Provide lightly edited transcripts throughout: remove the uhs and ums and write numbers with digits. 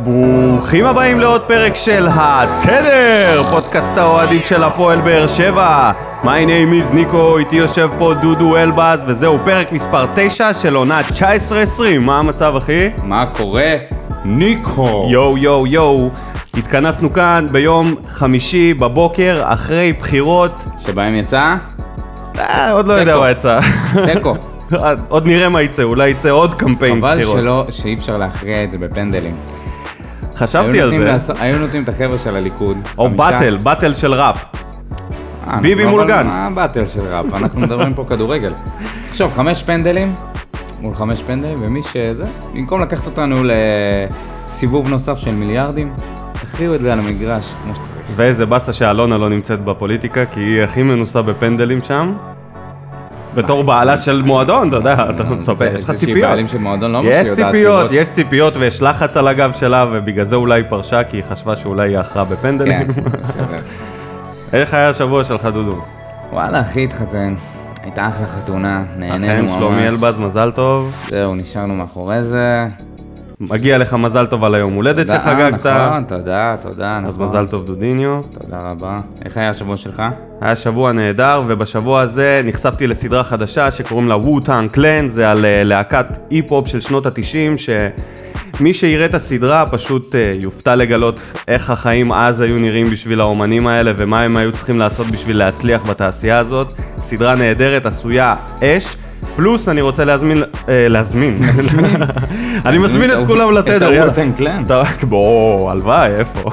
ברוכים הבאים לעוד פרק של התדר, פודקאסט האוהדים של הפועל באר שבע. My name is ניקו, איתי יושב פה דודו אלבז, וזהו פרק מספר 9 של עונה 19-20. מה המצב אחי? מה קורה? ניקו. יו. התכנסנו כאן ביום חמישי בבוקר אחרי בחירות. שבהם יצא? עוד לא יודע מה יצא. תיקו. עוד נראה מה יצא, אולי יצא עוד קמפיין בחירות. חבל שאי אפשר להכריע את זה בפנדלים. חשבתי על זה. היו נותנים את החבר'ה של הליכוד. או באטל של ראפ. ביבי מול גנץ. מה באטל של ראפ? אנחנו מדברים פה כדורגל. עכשיו, 5 פנדלים מול 5 פנדלים, ומי שזה, במקום לקחת אותנו לסיבוב נוסף של מיליארדים, תכריעו את זה על המגרש כמו שצריך. ואיזה בסה שאלונה לא נמצאת בפוליטיקה, כי היא הכי מנוסה בפנדלים שם. בתור בעלת של מועדון, אתה יודע, אתה מצפה, יש לך ציפיות. בעלים של מועדון לא משהו יודעת. יש ציפיות ויש לחץ על הגב שלה, ובגלל זה אולי פרשה, כי היא חשבה שאולי היא הכרעה בפנדלים. כן, בסדר. איך היה השבוע שלך דודו? וואלה, אחי התחתן. הייתה אחלה חתונה, נהנינו ממש. אכן, שלומי אלבז, מזל טוב. זהו, נשארנו מאחורי זה. מגיע לך מזל טוב על היום הולדת שחגגת. נכון, תודה. אז מזל טוב דודיניו. תודה רבה. איך היה השבוע שלך? היה שבוע נהדר, ובשבוע הזה נחשפתי לסדרה חדשה שקוראים לה ווטנג קלן, זה על להקת אי-פופ של שנות ה-90, שמי שיראה את הסדרה פשוט יופתע לגלות איך החיים אז היו נראים בשביל האומנים האלה, ומה הם היו צריכים לעשות בשביל להצליח בתעשייה הזאת. סדרה נהדרת, עשויה אש. פלוס אני רוצה להזמין. אני מזמין את כולם לתדר. את ווטנג קלן. בוא, הלוואי, איפה?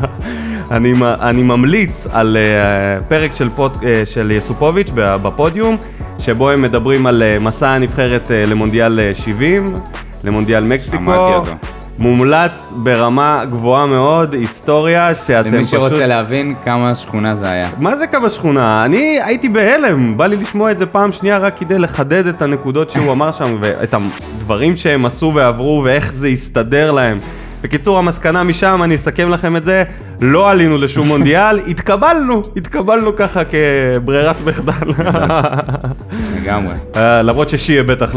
אני ממליץ על פרק של יסופוביץ' בפודיום, שבו הם מדברים על מסע הנבחרת למונדיאל 70, למונדיאל מקסיקו. שמעתי אותו. מומלץ ברמה גבוהה מאוד, היסטוריה שאתם פשוט... למי שרוצה להבין כמה שכונה זה היה. מה זה כמה שכונה? אני הייתי בהלם, בא לי לשמוע את זה פעם שנייה רק כדי לחדד את הנקודות שהוא אמר שם, ואת הדברים שהם עשו ועברו ואיך זה יסתדר להם. בקיצור, המסקנה משם, אני אסכם לכם את זה, לא עלינו לשום מונדיאל, התקבלנו ככה כברירת מחדל. לגמרי. למרות ששיה בטח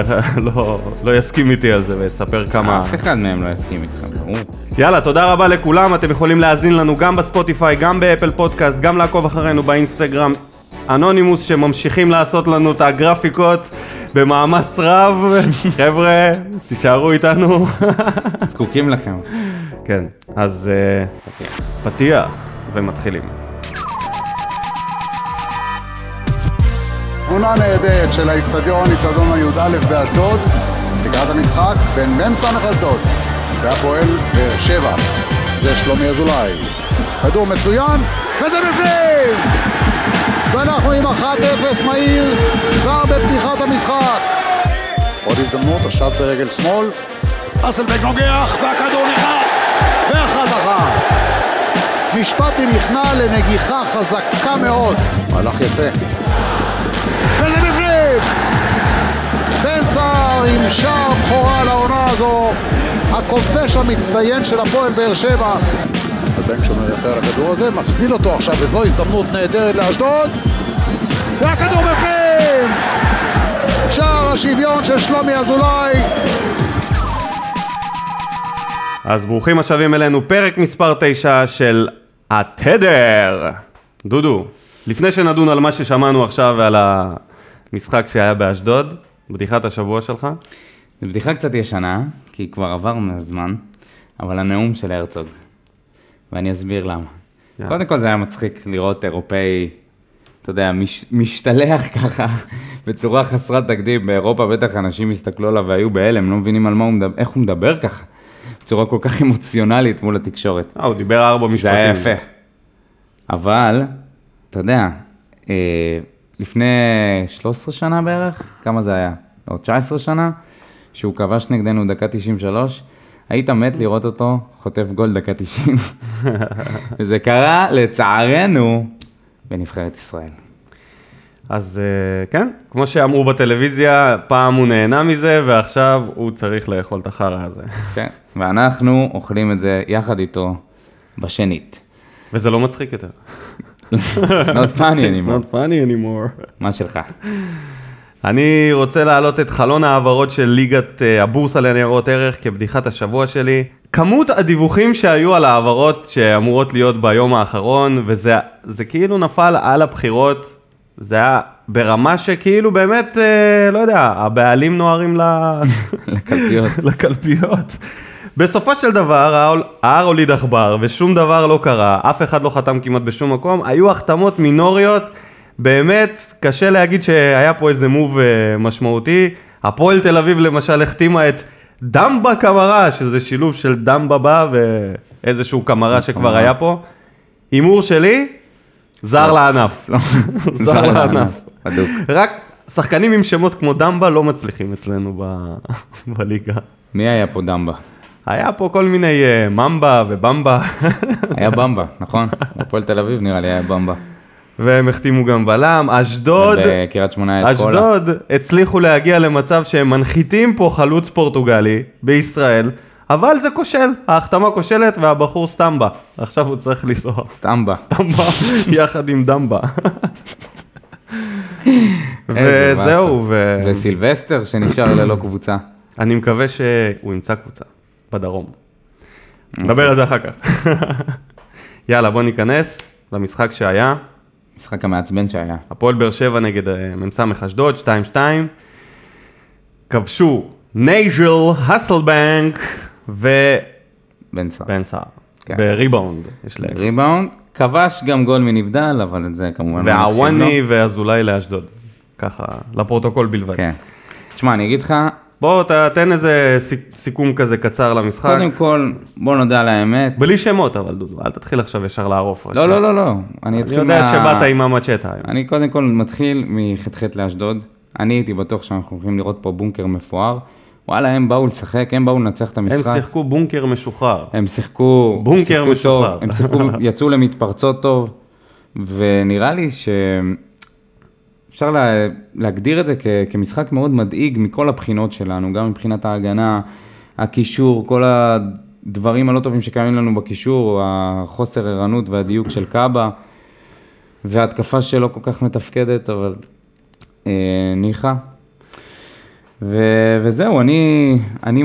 לא יסכים איתי על זה ויספר כמה... אף אחד מהם לא יסכים איתכם, ברור. יאללה, תודה רבה לכולם, אתם יכולים להאזין לנו גם בספוטיפיי, גם באפל פודקאסט, גם לעקוב אחרינו באינסטגרם, אנונימוס שממשיכים לעשות לנו את הגרפיקות במאמץ רב. חבר'ה, תישארו איתנו. זקוקים לכם. כן, אז פתיח ומתחילים. תמונה נהדרת של האצטדיון הי"א באשדוד, לקראת המשחק בין מ"ס אשדוד והפועל באר שבע. זה שלומי אזולאי. כדור מצוין, וזה בפנים! ואנחנו עם 1-0 מהיר כבר בפתיחת המשחק. עוד הזדמנות, עכשיו ברגל שמאל. אסלבק נוגח והכדור נכנס, ו1-1. משפטי נכנע לנגיחה חזקה מאוד. מהלך יפה. וזה בפנים! בן סער עם שער בכורה לעונה הזו, הכובש המצטיין של הפועל באר שבע. אסלבק שומר יפה על הכדור הזה, מפסיד אותו עכשיו, וזו הזדמנות נהדרת לאשדוד. והכדור בפנים! שער השוויון של שלומי אזולאי. אז ברוכים השבים אלינו, פרק מספר 9 של התדר. דודו, לפני שנדון על מה ששמענו עכשיו ועל המשחק שהיה באשדוד, בדיחת השבוע שלך? זו בדיחה קצת ישנה, כי כבר עבר מהזמן, אבל הנאום של הרצוג. ואני אסביר למה. קודם כל זה היה מצחיק לראות אירופאי, אתה יודע, משתלח ככה בצורה חסרת תקדים. באירופה בטח אנשים הסתכלו עליו והיו בהלם, לא מבינים על מה הוא מדבר, איך הוא מדבר ככה. בצורה כל כך אמוציונלית מול התקשורת. הוא דיבר 4 משפטים. זה היה יפה. אבל, אתה יודע, לפני 13 שנה בערך, כמה זה היה? או 19 שנה, שהוא כבש נגדנו דקה 93, היית מת לראות אותו חוטף גול דקה 90. וזה קרה לצערנו בנבחרת ישראל. אז כן, כמו שאמרו בטלוויזיה, פעם הוא נהנה מזה, ועכשיו הוא צריך לאכול את החרא הזה. כן, ואנחנו אוכלים את זה יחד איתו בשנית. וזה לא מצחיק יותר. It's not funny anymore. It's not funny anymore. מה שלך? אני רוצה להעלות את חלון העברות של ליגת הבורסה לניירות ערך כבדיחת השבוע שלי. כמות הדיווחים שהיו על העברות שאמורות להיות ביום האחרון, וזה כאילו נפל על הבחירות, זה היה ברמה שכאילו באמת, לא יודע, הבעלים נוערים לקלפיות. בסופו של דבר, ההר הוליד עכבר, ושום דבר לא קרה, אף אחד לא חתם כמעט בשום מקום, היו החתמות מינוריות, באמת קשה להגיד שהיה פה איזה מוב משמעותי. הפועל תל אביב למשל החתימה את דמבה קמרה, שזה שילוב של דמבה בא ואיזשהו קמרה שכבר היה פה. הימור שלי, זר לענף. זר לענף. רק שחקנים עם שמות כמו דמבה לא מצליחים אצלנו בליגה. מי היה פה דמבה? היה פה כל מיני ממבה ובמבה. היה במבה, נכון? בפועל תל אביב נראה לי היה במבה. והם החתימו גם בלם, אשדוד, בקריית שמונה את קולה. אשדוד הצליחו להגיע למצב שהם מנחיתים פה חלוץ פורטוגלי בישראל, אבל זה כושל, ההחתמה כושלת והבחור סטמבה, עכשיו הוא צריך לנסוע. סטמבה. סטמבה, יחד עם דמבה. וזהו. וסילבסטר שנשאר ללא קבוצה. אני מקווה שהוא ימצא קבוצה בדרום. נדבר על זה אחר כך. יאללה, בוא ניכנס למשחק שהיה. משחק המעצבן שהיה. הפועל באר שבע נגד מ"ס אשדוד, 2-2. כבשו נייג'ל הסלבנק בן סער. כן. בריבאונד. ריבאונד. כבש גם גול מנבדל, אבל את זה כמובן... והוואני ואזולאי לאשדוד. ככה, לפרוטוקול בלבד. כן. תשמע, אני אגיד לך... בוא, תן איזה סיכום כזה קצר למשחק. קודם כל, בוא נודע על האמת. בלי שמות, אבל דודו, אל תתחיל עכשיו ישר לערוף. לא. אני יודע שבאת עם המצ'טה. אני קודם כל מתחיל מחתחת לאשדוד. אני הייתי בטוח שאנחנו הולכים לראות פה בונקר מפואר. וואלה, הם באו לשחק, הם באו לנצח את המשחק. הם שיחקו בונקר משוחרר. הם שיחקו בונקר משוחרר. הם שיחקו, יצאו למתפרצות טוב, ונראה לי אפשר להגדיר את זה כמשחק מאוד מדאיג מכל הבחינות שלנו, גם מבחינת ההגנה, הקישור, כל הדברים הלא טובים שקיימים לנו בקישור, החוסר ערנות והדיוק של קאבה, וההתקפה שלו כל כך מתפקדת, אבל ניחה. וזהו, אני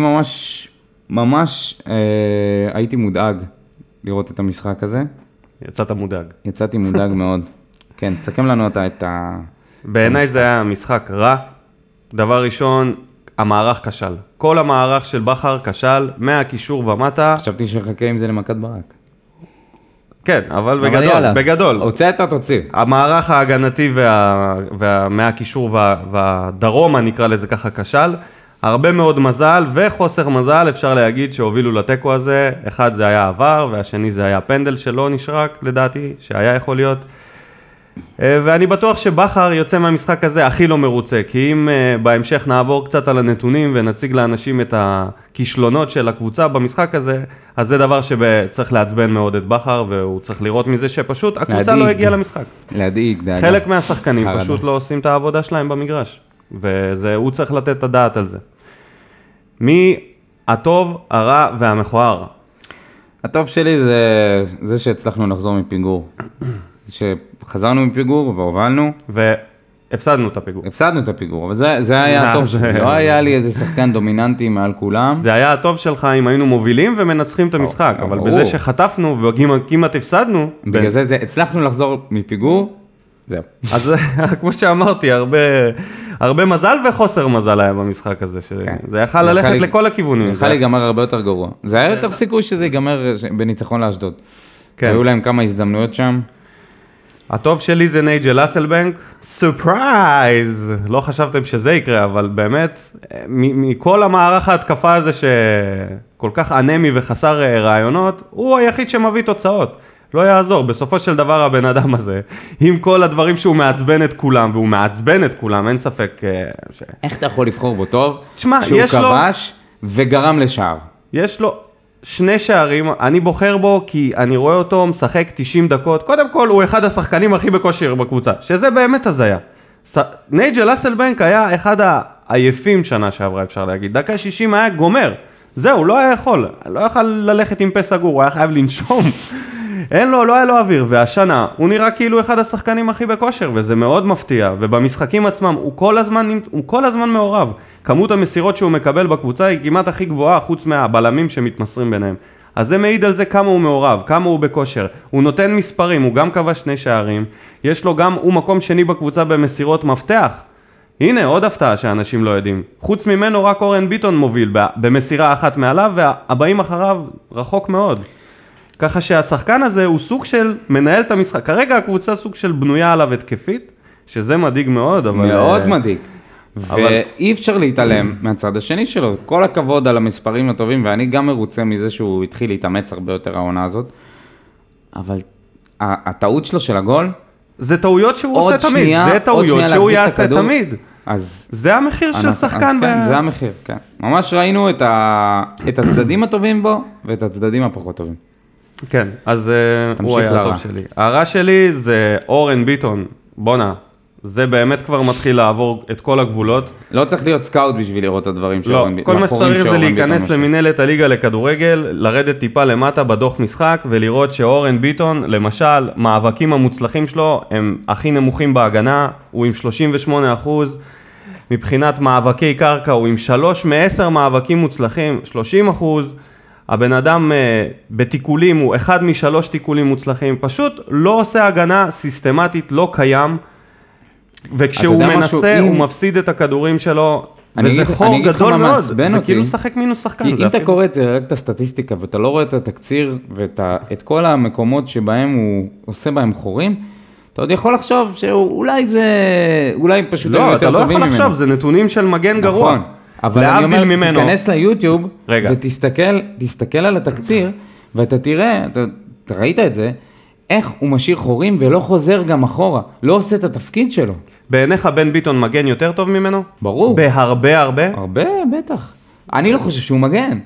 ממש הייתי מודאג לראות את המשחק הזה. יצאת מודאג. יצאתי מודאג מאוד. כן, תסכם לנו את ה... בעיניי זה היה משחק רע. דבר ראשון, המערך כשל. כל המערך של בכר כשל, מהקישור ומטה. חשבתי שחכה עם זה למכת ברק. כן, אבל בגדול. הוצאת, תוציא. המערך ההגנתי מהקישור והדרום, נקרא לזה ככה, כשל. הרבה מאוד מזל וחוסר מזל, אפשר להגיד שהובילו לטקו הזה. אחד זה היה עבר, והשני זה היה פנדל שלא נשרק, לדעתי, שהיה יכול להיות. ואני בטוח שבכר יוצא מהמשחק הזה הכי לא מרוצה, כי אם בהמשך נעבור קצת על הנתונים ונציג לאנשים את הכישלונות של הקבוצה במשחק הזה, אז זה דבר שצריך לעצבן מאוד את בכר, והוא צריך לראות מזה שפשוט הקבוצה לא הגיעה למשחק. להדאיג, דאגה. חלק מהשחקנים פשוט לא עושים את העבודה שלהם במגרש, והוא צריך לתת את הדעת על זה. מי הטוב, הרע והמכוער? הטוב שלי זה שהצלחנו לחזור מפיגור. שחזרנו מפיגור והובלנו. והפסדנו את הפיגור. הפסדנו את הפיגור, אבל זה היה הטוב שלי. לא היה לי איזה שחקן דומיננטי מעל כולם. זה היה הטוב שלך אם היינו מובילים ומנצחים את המשחק, אבל בזה שחטפנו וכמעט הפסדנו. בגלל זה הצלחנו לחזור מפיגור, זהו. אז כמו שאמרתי, הרבה מזל וחוסר מזל היה במשחק הזה, שזה יכל ללכת לכל הכיוונים. יכל להיגמר הרבה יותר גרוע. זה היה יותר סיכוי שזה ייגמר בניצחון לאשדוד. היו להם כמה הזדמנויות שם. הטוב שלי זה נייג'ל אסלבנק, סופרייז! לא חשבתם שזה יקרה, אבל באמת, מכל המערך ההתקפה הזה שכל כך אנמי וחסר רעיונות, הוא היחיד שמביא תוצאות. לא יעזור, בסופו של דבר הבן אדם הזה, עם כל הדברים שהוא מעצבן את כולם, והוא מעצבן את כולם, אין ספק איך אתה יכול לבחור בו טוב? תשמע, שהוא כבש וגרם לשער. יש לו 2 שערים, אני בוחר בו כי אני רואה אותו משחק 90 דקות, קודם כל הוא אחד השחקנים הכי בכושר בקבוצה, שזה באמת הזיה. נייג'ל אסלבנק היה אחד העייפים שנה שעברה, אפשר להגיד, דקה 60 היה גומר, זהו, לא היה יכול, לא יכול ללכת עם פה סגור, הוא היה חייב לנשום, לא היה לו אוויר, והשנה הוא נראה כאילו אחד השחקנים הכי בכושר, וזה מאוד מפתיע, ובמשחקים עצמם הוא כל הזמן מעורב, כמות המסירות שהוא מקבל בקבוצה היא כמעט הכי גבוהה, חוץ מהבלמים שמתמסרים ביניהם. אז זה מעיד על זה כמה הוא מעורב, כמה הוא בכושר. הוא נותן מספרים, הוא גם כבש 2 שערים, יש לו גם, הוא מקום שני בקבוצה במסירות מפתח. הנה, עוד הפתעה שאנשים לא יודעים. חוץ ממנו רק אורן ביטון מוביל במסירה אחת מעליו, והבאים אחריו רחוק מאוד. ככה שהשחקן הזה הוא סוג של מנהל את המשחק. כרגע הקבוצה סוג של בנויה עליו התקפית, שזה מדאיג מאוד, אבל... מאוד מדאיג. ואי אפשר להתעלם מהצד השני שלו. כל הכבוד על המספרים הטובים, ואני גם מרוצה מזה שהוא התחיל להתאמץ הרבה יותר העונה הזאת. אבל הטעות שלו של הגול... זה טעויות שהוא עושה תמיד. זה טעויות שהוא יעשה תמיד. זה המחיר של שחקן. זה המחיר, כן. ממש ראינו את הצדדים הטובים בו, ואת הצדדים הפחות טובים. כן, אז הוא היה הטוב שלי. הרע שלי זה אורן ביטון. בונה. זה באמת כבר מתחיל לעבור את כל הגבולות. לא צריך להיות סקאוט בשביל לראות את הדברים לא, כל מה שצריך זה להיכנס למנהלת הליגה לכדורגל, לרדת טיפה למטה בדוח משחק, ולראות שאורן ביטון, למשל, מאבקים המוצלחים שלו, הם הכי נמוכים בהגנה, הוא עם 38%, מבחינת מאבקי קרקע, הוא עם 3 מ-10 מאבקים מוצלחים, 30%, הבן אדם בתיקולים, הוא 1 מ-3 תיקולים מוצלחים, פשוט לא עושה הגנה סיסטמטית, לא קיים, וכשהוא מנסה, הוא מפסיד את הכדורים שלו, וזה חור גדול מאוד, זה כאילו שחק מינוס שחקן. כי אם אתה קורא רק את הסטטיסטיקה, ואתה לא רואה את התקציר, ואת כל המקומות שבהם הוא עושה בהם חורים, אתה עוד יכול לחשוב שאולי זה, אולי פשוט הם יותר טובים ממנו. לא, אתה לא יכול לחשוב, זה נתונים של מגן גרוע. נכון, אבל אני אומר, תיכנס ליוטיוב, ותסתכל על התקציר, ואתה תראה, אתה ראית את זה, איך הוא משאיר חורים ולא חוזר גם אחורה, לא עושה את התפקיד שלו. בעיניך בן ביטון מגן יותר טוב ממנו? ברור. בהרבה הרבה? הרבה, בטח. אני לא חושב שהוא מגן.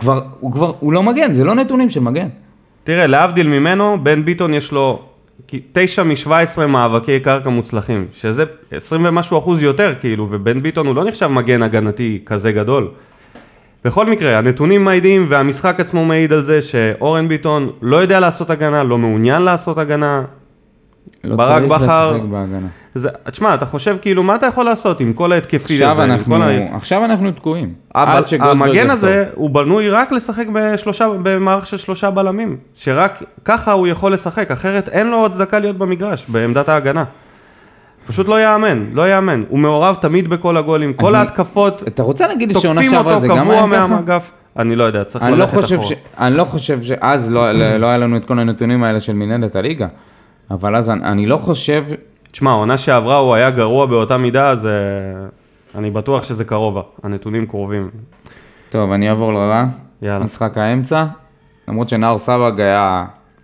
הוא לא מגן, זה לא נתונים של מגן. תראה, להבדיל ממנו, בן ביטון יש לו 9 מ-17 מאבקי קרקע מוצלחים, שזה 20 ומשהו אחוז יותר כאילו, ובן ביטון הוא לא נחשב מגן הגנתי כזה גדול. בכל מקרה, הנתונים מעידים והמשחק עצמו מעיד על זה שאורן ביטון לא יודע לעשות הגנה, לא מעוניין לעשות הגנה. לא צריך לשחק בהגנה. תשמע, אתה חושב כאילו מה אתה יכול לעשות עם כל ההתקפי הזה? עכשיו אנחנו תקועים. המגן הזה הוא בנוי רק לשחק במערך של 3 בלמים, שרק ככה הוא יכול לשחק, אחרת אין לו עוד צדקה להיות במגרש, בעמדת ההגנה. פשוט לא יאמן, לא יאמן. הוא מעורב תמיד בכל הגולים, כל ההתקפות, אתה רוצה להגיד שעונה שעברה זה גם היה ככה? אני לא יודע, צריך ללכת אחורה. אני לא חושב שאז לא היה לנו את כל הנתונים האלה של מנהלת הליגה, אבל אז אני לא חושב... תשמע, העונה שעברה הוא היה גרוע באותה מידה, אז אני בטוח שזה קרוב, הנתונים קרובים. טוב, אני אעבור לרע. יאללה. משחק האמצע, למרות שנאור סבג היה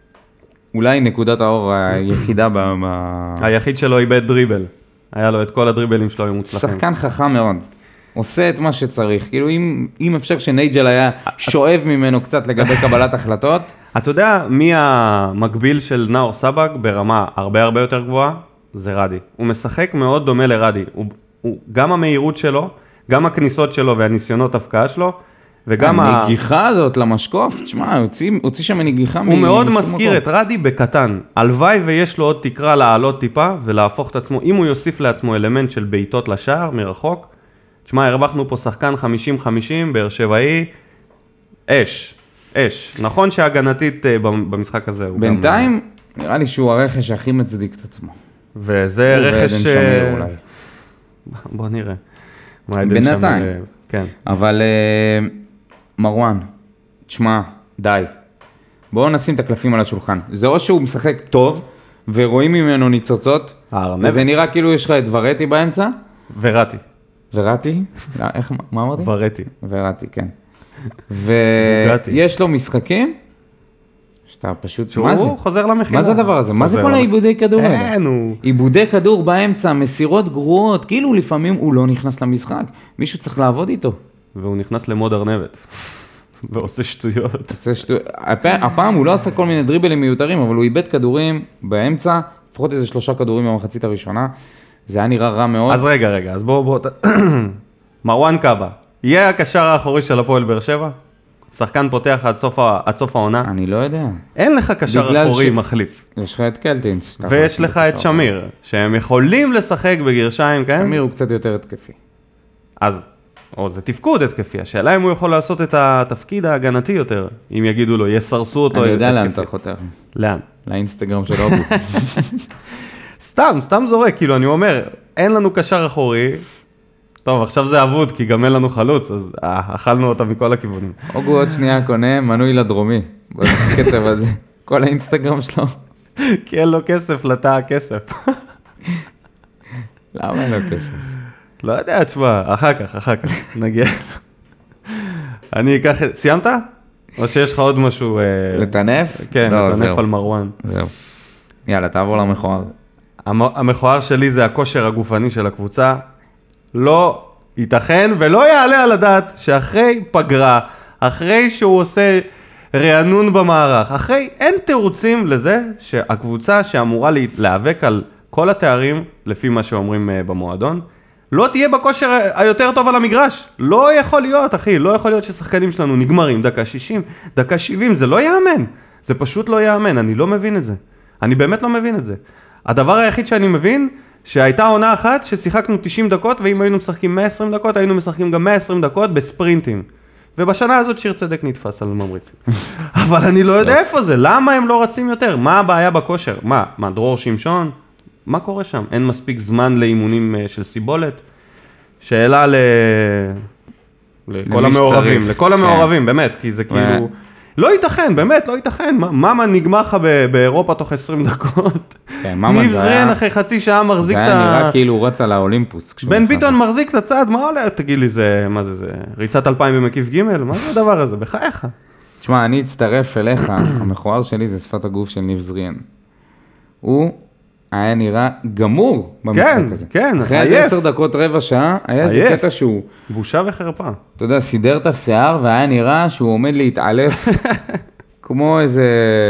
אולי נקודת האור היחידה היחיד שלו איבד דריבל. היה לו את כל הדריבלים שלו היו מוצלחים. שחקן חכם מאוד. עושה את מה שצריך. כאילו אם אפשר שנייג'ל היה שואב ממנו קצת לגבי קבלת החלטות. אתה יודע מי המקביל של נאור סבג ברמה הרבה הרבה יותר גבוהה? זה רדי. הוא משחק מאוד דומה לרדי. גם המהירות שלו, גם הכניסות שלו והניסיונות הפקעה שלו, וגם הנגיחה הזאת למשקוף, תשמע, הוציא שם נגיחה הוא מאוד מזכיר את רדי בקטן. הלוואי ויש לו עוד תקרה לעלות טיפה ולהפוך את עצמו, אם הוא יוסיף לעצמו אלמנט של בעיטות לשער מרחוק, תשמע, הרווחנו פה שחקן 50-50, באר שבעי, אש. נכון שהגנתית במשחק הזה הוא בינתיים, נראה לי שהוא הרכש הכי מצדיק את עצמו. וזה רכש... שמיר אולי. בוא נראה. בינתיים. כן. אבל מרואן, תשמע, די. בואו נשים את הקלפים על השולחן. זה או שהוא משחק טוב, ורואים ממנו ניצוצות, וזה נראה כאילו יש לך את ורטי באמצע. ורטי? איך, מה אמרתי? ורטי, כן. ויש לו משחקים, שאתה פשוט, מה זה? שהוא חוזר למחילה. מה זה הדבר הזה? מה זה כל העיבודי כדור האלה? אין, הוא... עיבודי כדור באמצע, מסירות גרועות, כאילו לפעמים הוא לא נכנס למשחק. מישהו צריך לעבוד איתו. והוא נכנס למוד ארנבת. ועושה שטויות. הפעם הוא לא עשה כל מיני דריבלים מיותרים, אבל הוא איבד כדורים באמצע, לפחות איזה 3 כדורים במחצית הראשונה. זה היה נראה רע מאוד. אז רגע, אז בואו. מרואן קאבה, יהיה הקשר האחורי של הפועל באר שבע? שחקן פותח עד סוף העונה? אני לא יודע. אין לך קשר אחורי מחליף. יש לך את קלטינס. ויש לך את שמיר, שהם יכולים לשחק בגרשיים, כן? שמיר הוא קצת יותר התקפי. אז או זה תפקוד התקפי, השאלה אם הוא יכול לעשות את התפקיד ההגנתי יותר, אם יגידו לו, יסרסו אותו אני יודע לאן התקפי. אתה חותר. לאן? לאינסטגרם של אוגו. סתם זורק, כאילו אני אומר, אין לנו קשר אחורי, טוב, עכשיו זה אבוד, כי גם אין לנו חלוץ, אז אכלנו אותה מכל הכיוונים. אוגו עוד שנייה קונה מנוי לדרומי, בקצב הזה. כל האינסטגרם שלו. כי אין לו כסף, לתא הכסף. למה אין לו כסף? לא יודע, תשמע, אחר כך, נגיע. אני אקח, סיימת? או שיש לך עוד משהו? לטנף? כן, לא, לטנף זהו. על מרואן. זהו. יאללה, תעבור למכוער. המכוער שלי זה הכושר הגופני של הקבוצה. לא ייתכן ולא יעלה על הדעת שאחרי פגרה, אחרי שהוא עושה רענון במערך, אין תירוצים לזה שהקבוצה שאמורה להיאבק על כל התארים, לפי מה שאומרים במועדון, לא תהיה בכושר היותר טוב על המגרש. לא יכול להיות, אחי, לא יכול להיות ששחקנים שלנו נגמרים דקה 60, דקה 70, זה לא יאמן. זה פשוט לא יאמן, אני לא מבין את זה. אני באמת לא מבין את זה. הדבר היחיד שאני מבין, שהייתה עונה אחת ששיחקנו 90 דקות, ואם היינו משחקים 120 דקות, היינו משחקים גם 120 דקות בספרינטים. ובשנה הזאת שיר צדק נתפס על ממריצים. אבל אני לא יודע איפה זה, למה הם לא רצים יותר? מה הבעיה בכושר? מה, דרור שמשון? מה קורה שם? אין מספיק זמן לאימונים של סיבולת? שאלה לכל המעורבים, לכל המעורבים, באמת, כי זה כאילו... לא ייתכן, באמת, לא ייתכן. מה נגמר לך באירופה תוך 20 דקות? ניב זרין אחרי חצי שעה מחזיק את ה... זה היה נראה כאילו הוא רץ על האולימפוס. בן ביטון מחזיק את הצעד, מה עולה? תגיד לי, מה זה? ריצת 2000 במקיף ג'? מה זה הדבר הזה? בחייך. תשמע, אני אצטרף אליך, המכוער שלי זה שפת הגוף של ניב זרין. הוא היה נראה גמור במשחק הזה. כן, אחרי איזה 10 דקות, רבע שעה, היה איזה קטע שהוא... בושה וחרפה. אתה יודע, סידר את השיער, והיה נראה שהוא עומד להתעלף, כמו איזה...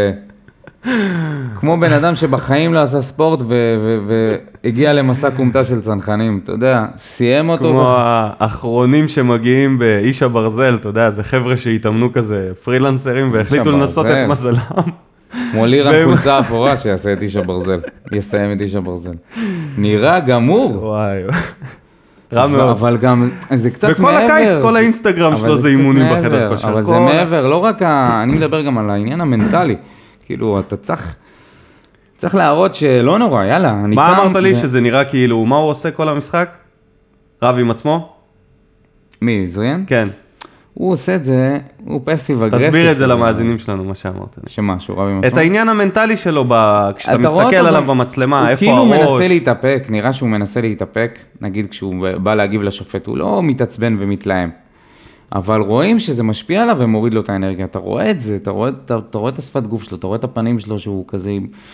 כמו בן אדם שבחיים לא עשה ספורט, והגיע למסע קומטה של צנחנים, אתה יודע, סיים אותו... כמו האחרונים שמגיעים באיש הברזל, אתה יודע, זה חבר'ה שהתאמנו כזה פרילנסרים, והחליטו לנסות את מזלם. כמו לירן חולצה אפורה שיעשה את איש הברזל, יסיים את איש הברזל. נראה גמור. וואי. רע מאוד. אבל גם, זה קצת מעבר. וכל הקיץ, כל האינסטגרם שלו זה אימונים בחדר כושר. אבל זה מעבר, לא רק אני מדבר גם על העניין המנטלי. כאילו, אתה צריך להראות שלא נורא, יאללה. מה אמרת לי שזה נראה כאילו, מה הוא עושה כל המשחק? רב עם עצמו? מי, זריאן? כן. הוא עושה את זה, הוא פסיב אגרסיב. תסביר את זה למאזינים שלנו, מה שאמרת. שמה, שהוא רב עם עצמו? את העניין המנטלי שלו, כשאתה מסתכל עליו במצלמה, איפה הראש? הוא כאילו מנסה להתאפק, נראה שהוא מנסה להתאפק, נגיד כשהוא בא להגיב לשופט, הוא לא מתעצבן ומתלהם. אבל רואים שזה משפיע עליו ומוריד לו את האנרגיה. אתה רואה את זה, אתה רואה את השפת גוף שלו, אתה רואה את הפנים שלו שהוא כזה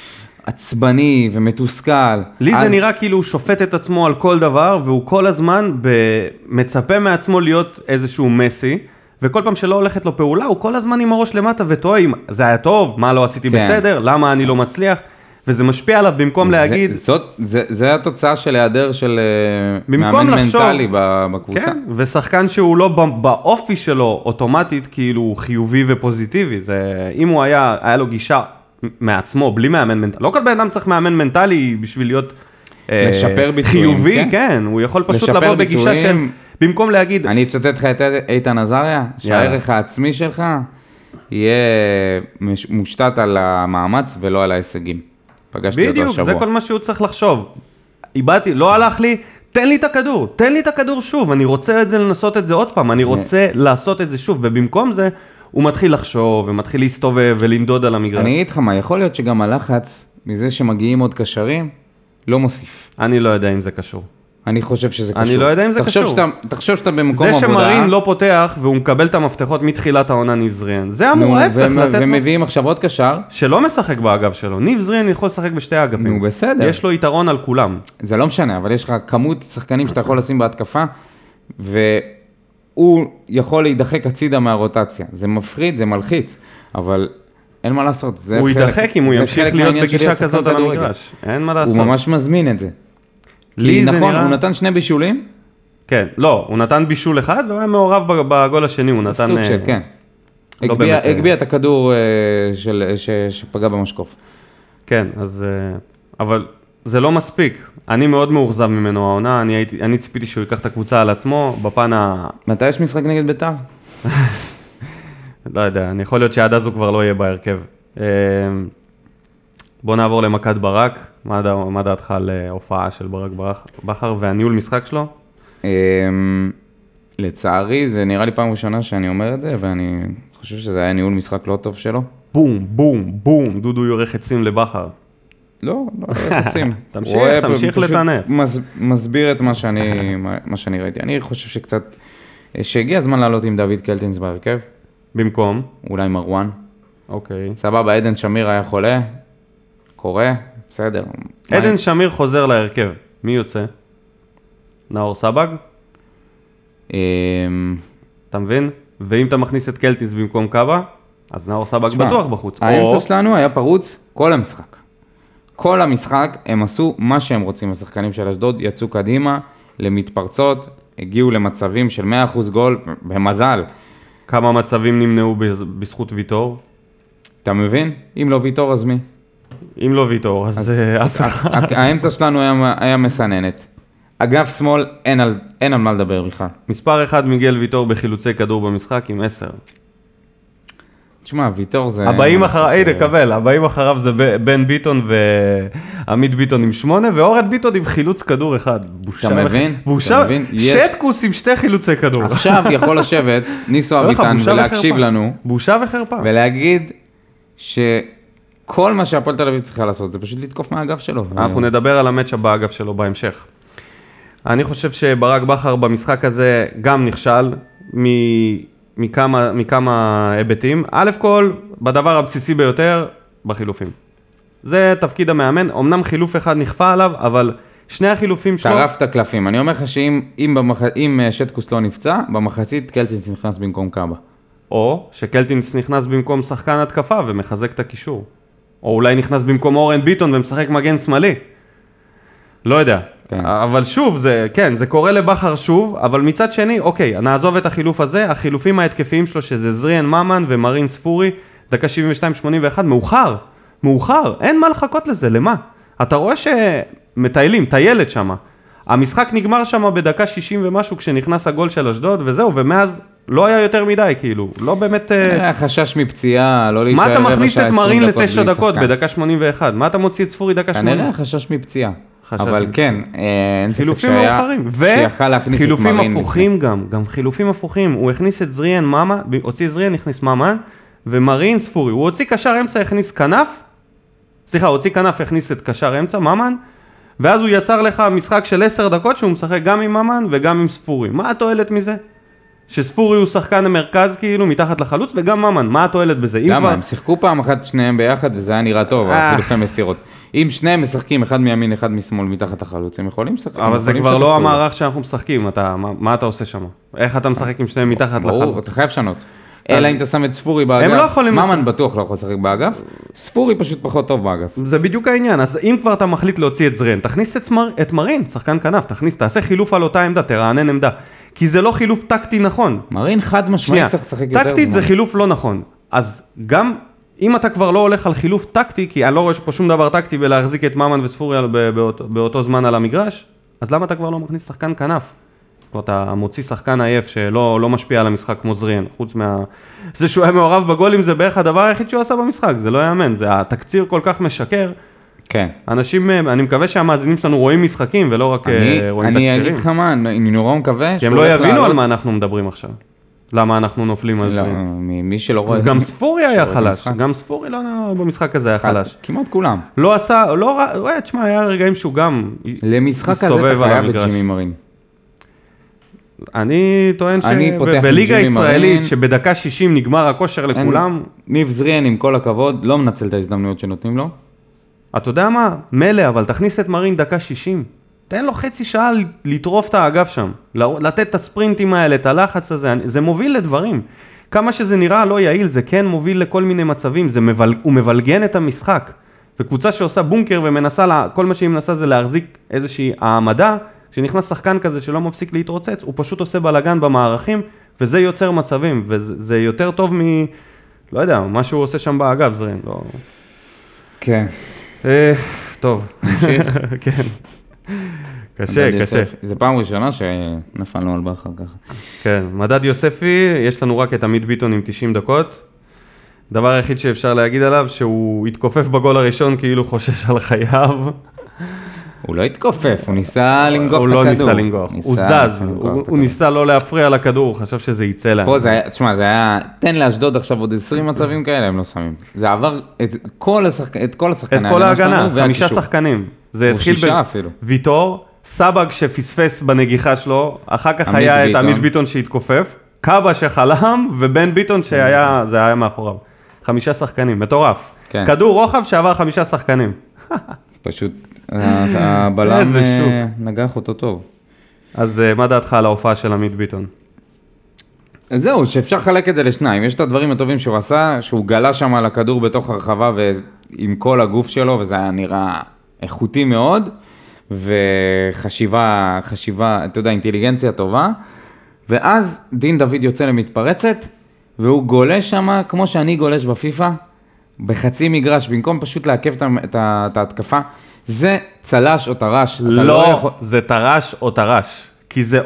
עצבני ומתוסכל. לי זה נראה כאילו הוא שופט את עצמו על כל דבר, והוא כל הזמן מצפה מעצמו להיות איזשהו מסי, וכל פעם שלא הולכת לו פעולה, הוא כל הזמן עם הראש למטה וטועה, זה היה טוב, מה לא עשיתי בסדר, למה אני לא מצליח, וזה משפיע עליו במקום להגיד... זה התוצאה של היעדר של מאמן מנטלי בקבוצה. כן, ושחקן שהוא לא באופי שלו אוטומטית, כאילו הוא חיובי ופוזיטיבי, אם הוא היה לו גישה מעצמו, בלי מאמן מנטלי, לא כל בן אדם צריך מאמן מנטלי בשביל להיות לשפר ביצועים, חיובי, כן, הוא יכול פשוט לבוא בגישה של, במקום להגיד... אני אצטט לך את איתן עזריה, שהערך העצמי שלך יהיה מושתת על המאמץ ולא על ההישגים. פגשתי אותו השבוע. בדיוק, זה כל מה שהוא צריך לחשוב. איבדתי, לא הלך לי, תן לי את הכדור שוב, אני רוצה לנסות את זה עוד פעם, אני רוצה לעשות את זה שוב, ובמקום זה, הוא מתחיל לחשוב, ומתחיל להסתובב ולנדוד על המגרש. אני אגיד לך מה, יכול להיות שגם הלחץ, מזה שמגיעים עוד קשרים, לא מוסיף. אני לא יודע אם זה קשור. אני חושב שזה קשור. אני לא יודע אם זה קשור. תחשוב שאתה במקום עבודה. זה שמרין לא פותח, והוא מקבל את המפתחות מתחילת העונה ניב זריאן. זה אמור ההפך לתת לו. ומביאים עכשיו עוד קשר. שלא משחק באגף שלו. ניב זריאן יכול לשחק בשתי האגפים. נו, בסדר. יש לו יתרון על כולם. זה לא משנה, אבל יש לך כמות שחקנים שאתה יכול לשים בהתקפה, והוא יכול להידחק הצידה מהרוטציה. זה מפחיד, זה מלחיץ, אבל אין מה לעשות. הוא יידחק אם הוא ימשיך להיות בגישה כזאת על המגרש. אין מה לעשות. הוא ממש מזמין את זה. כי נכון, הוא נתן 2 בישולים? כן, לא, הוא נתן בישול אחד, והוא היה מעורב בגול השני, הוא נתן... סוג של, כן. הגביע את הכדור שפגע במשקוף. כן, אז... אבל זה לא מספיק. אני מאוד מאוכזב ממנו העונה, אני ציפיתי שהוא ייקח את הקבוצה על עצמו, בפן מתי יש משחק נגד בית"ר? לא יודע, אני יכול להיות שעד אז הוא כבר לא יהיה בהרכב. בוא נעבור למכת ברק, מה דעתך על הופעה של ברק בכר והניהול משחק שלו? לצערי, זה נראה לי פעם ראשונה שאני אומר את זה, ואני חושב שזה היה ניהול משחק לא טוב שלו. בום, בום, בום, דודו יורה חצים לבכר. לא חצים. תמשיך לטנף. מסביר את מה שאני ראיתי. אני חושב שקצת, שהגיע הזמן לעלות עם דוד קלטינס בהרכב. במקום? אולי מרואן. אוקיי. סבבה, עדן שמיר היה חולה. קורה, בסדר. עדן שמיר חוזר להרכב. מי יוצא? נאור סבג? אתה מבין? ואם אתה מכניס את קלטינס במקום קאבה, אז נאור סבג בטוח בחוץ. האמצע שלנו היה פרוץ כל המשחק. כל המשחק הם עשו מה שהם רוצים. השחקנים של אשדוד יצאו קדימה למתפרצות, הגיעו למצבים של 100% גול, במזל. כמה מצבים נמנעו בזכות ויטור? אתה מבין? אם לא ויטור, אז מי? אם לא ויטור, אז אף אחד. האמצע שלנו היה מסננת. אגף שמאל, אין על מה לדבר בכלל. מספר 1 מיגל ויטור בחילוצי כדור במשחק עם 10. תשמע, ויטור זה... הבאים אחריו זה בן ביטון ועמית ביטון עם 8, ואורד ביטון עם חילוץ כדור 1. אתה מבין? בושה, שטקוס עם 2 חילוצי כדור. עכשיו יכול לשבת ניסו אביטן ולהקשיב לנו. בושה וחרפה. ולהגיד שכל מה שהפועל תל אביב צריכה לעשות, זה פשוט לתקוף מהאגף שלו. אנחנו נדבר על המצ'אפ באגף שלו בהמשך. אני חושב שברק בכר במשחק הזה גם נכשל מכמה היבטים. א' כל, בדבר הבסיסי ביותר, בחילופים. זה תפקיד המאמן, אמנם חילוף אחד נכפה עליו, אבל שני החילופים שלו... טרף את הקלפים. אני אומר לך שאם שטקוס לא נפצע, במחצית קלטינס נכנס במקום קאבה. או שקלטינס נכנס במקום שחקן התקפה ומחזק את הקישור. או אולי נכנס במקום אורן ביטון ומשחק מגן שמאלי. לא יודע. כן. אבל שוב, זה קורה לבכר שוב, אבל מצד שני, אוקיי, נעזוב את החילוף הזה, החילופים ההתקפיים שלו, שזה זריאן ממן ומרין ספורי, דקה 72-81, מאוחר, אין מה לחכות לזה, למה? אתה רואה שמטיילים, טיילת שמה. המשחק נגמר שמה בדקה 60 ומשהו, כשנכנס הגול של אשדוד, וזהו, ומאז לא היה יותר מדי, כאילו, לא באמת... היה חשש מפציעה, לא להישאר מה אתה מכניס את מרין ל9 דקות בדקה 81? מה אתה מוציא את ספורי דקה 80? כנראה חשש מפציעה. אבל כן, אין ספק שיכל להכניס את מרין. וחילופים הפוכים גם חילופים הפוכים. הוא הכניס את זריאן ממן, הוציא זריאן, הכניס ממן, ומרין ספורי. הוא הוציא קשר אמצע, הכניס כנף, הוציא כנף, הכניס את קשר אמצע, ממן, ואז הוא יצר לך משחק של 10 דקות, שהוא משחק גם עם ממן וגם עם ספורי. מה התועלת מזה? שספורי הוא שחקן המרכז כאילו מתחת לחלוץ, וגם ממן, מה התועלת בזה? למה? הם שיחקו פעם אחת שניהם ביחד, וזה היה נראה טוב, חילופי מסירות. אם שניהם משחקים, אחד מימין, אחד משמאל, מתחת החלוץ, הם יכולים לשחק. אבל זה כבר לא המערך שאנחנו משחקים, מה אתה עושה שם? איך אתה משחק עם שניהם מתחת לחלוץ? ברור, אתה חייב שנות. אלא אם אתה שם את ספורי באגף, ממן בטוח לא יכול לשחק באגף, ספורי פשוט פחות טוב באגף. זה בדיוק העניין, אז אם כבר אתה מחליט להוציא את זרן, תכניס את מרין, שחקן כנף, תעשה חילוף על אותה עמדה, תרענן עמדה, כי זה לא חילוף טקטי נכון. מרין חד משמעית צריך לשחק יותר זמן. טקטית זה חילוף לא נכון, אז גם אם אתה כבר לא הולך על חילוף טקטי, כי אני לא רואה פה שום דבר טקטי בלהחזיק את ממן וספורי באותו זמן על המגרש, אז למה אתה כבר לא מכניס שחקן כנף? אתה מוציא שחקן עייף שלא משפיע על המשחק כמו זריאן, חוץ זה שהוא היה מעורב בגולים, זה בערך הדבר היחיד שהוא עשה במשחק, זה לא יאמן, זה התקציר כל כך משקר. כן. אנשים, אני מקווה שהמאזינים שלנו רואים משחקים ולא רק רואים תקצירים. אני אגיד לך מה, אני נורא מקווה כי הם לא יבינו על מה אנחנו מדברים עכשיו. למה אנחנו נופלים על זה? מי שלא רואה... גם ספורי היה חלש, גם ספורי במשחק הזה היה חלש. כמעט כולם. לא עשה, תשמע, היה רגעים שהוא גם למשחק הזה אתה חייב את ג'ימי מרין. אני טוען שבליגה הישראלית, שבדקה 60 נגמר הכושר לכולם... ניב זריאן, עם כל הכבוד, לא מנצל את ההזדמנויות שנותנים לו. אתה יודע מה? מלא, אבל תכניס את מרין דקה 60. תן לו חצי שעה לטרוף את האגף שם, לתת את הספרינטים האלה, את הלחץ הזה, זה מוביל לדברים. כמה שזה נראה לא יעיל, זה כן מוביל לכל מיני מצבים, הוא מבלגן את המשחק. וקבוצה שעושה בונקר ומנסה, כל מה שהיא מנסה זה להחזיק איזושהי העמדה, כשנכנס שחקן כזה שלא מפסיק להתרוצץ, הוא פשוט עושה בלגן במערכים, וזה יוצר מצבים, וזה יותר טוב לא יודע, מה שהוא עושה שם באגף, זרין, לא... כן. טוב. כן. קשה, קשה. זה פעם ראשונה שנפלנו על בכר ככה. כן, מדד יוספי, יש לנו רק את עמית ביטון עם 90 דקות. דבר היחיד שאפשר להגיד עליו, שהוא התכופף בגול הראשון כאילו חושש על חייו. הוא לא התכופף, הוא ניסה לנגוח את הכדור. הוא לא ניסה לנגוח, הוא זז, הוא ניסה לא להפריע לכדור, הוא חשב שזה יצא להם. פה זה היה, תשמע, זה היה, תן לאשדוד עכשיו עוד 20 מצבים כאלה, הם לא שמים. זה עבר את כל השחקנים. את כל ההגנה, 5 שחקנים. זה התחיל בוויטור, סבג שפספס בנגיחה שלו, אחר כך היה את עמית ביטון שהתכופף, קאבה שחלם, ובן ביטון זה היה מאחוריו. 5 שחקנים, מטורף. כדור רוחב שעבר 5 שחקנים. פשוט הבלם נגח אותו טוב. אז מה דעתך על ההופעה של עמית ביטון? זהו, שאפשר לחלק את זה לשניים. יש את הדברים הטובים שהוא עשה, שהוא גלה שם על הכדור בתוך הרחבה ועם כל הגוף שלו, וזה היה נראה איכותי מאוד, וחשיבה, אתה יודע, אינטליגנציה טובה. ואז דין דוד יוצא למתפרצת, והוא גולש שם כמו שאני גולש בפיפה, בחצי מגרש, במקום פשוט לעכב את ההתקפה. זה צלש או טרש. לא, זה טרש או טרש. כי זה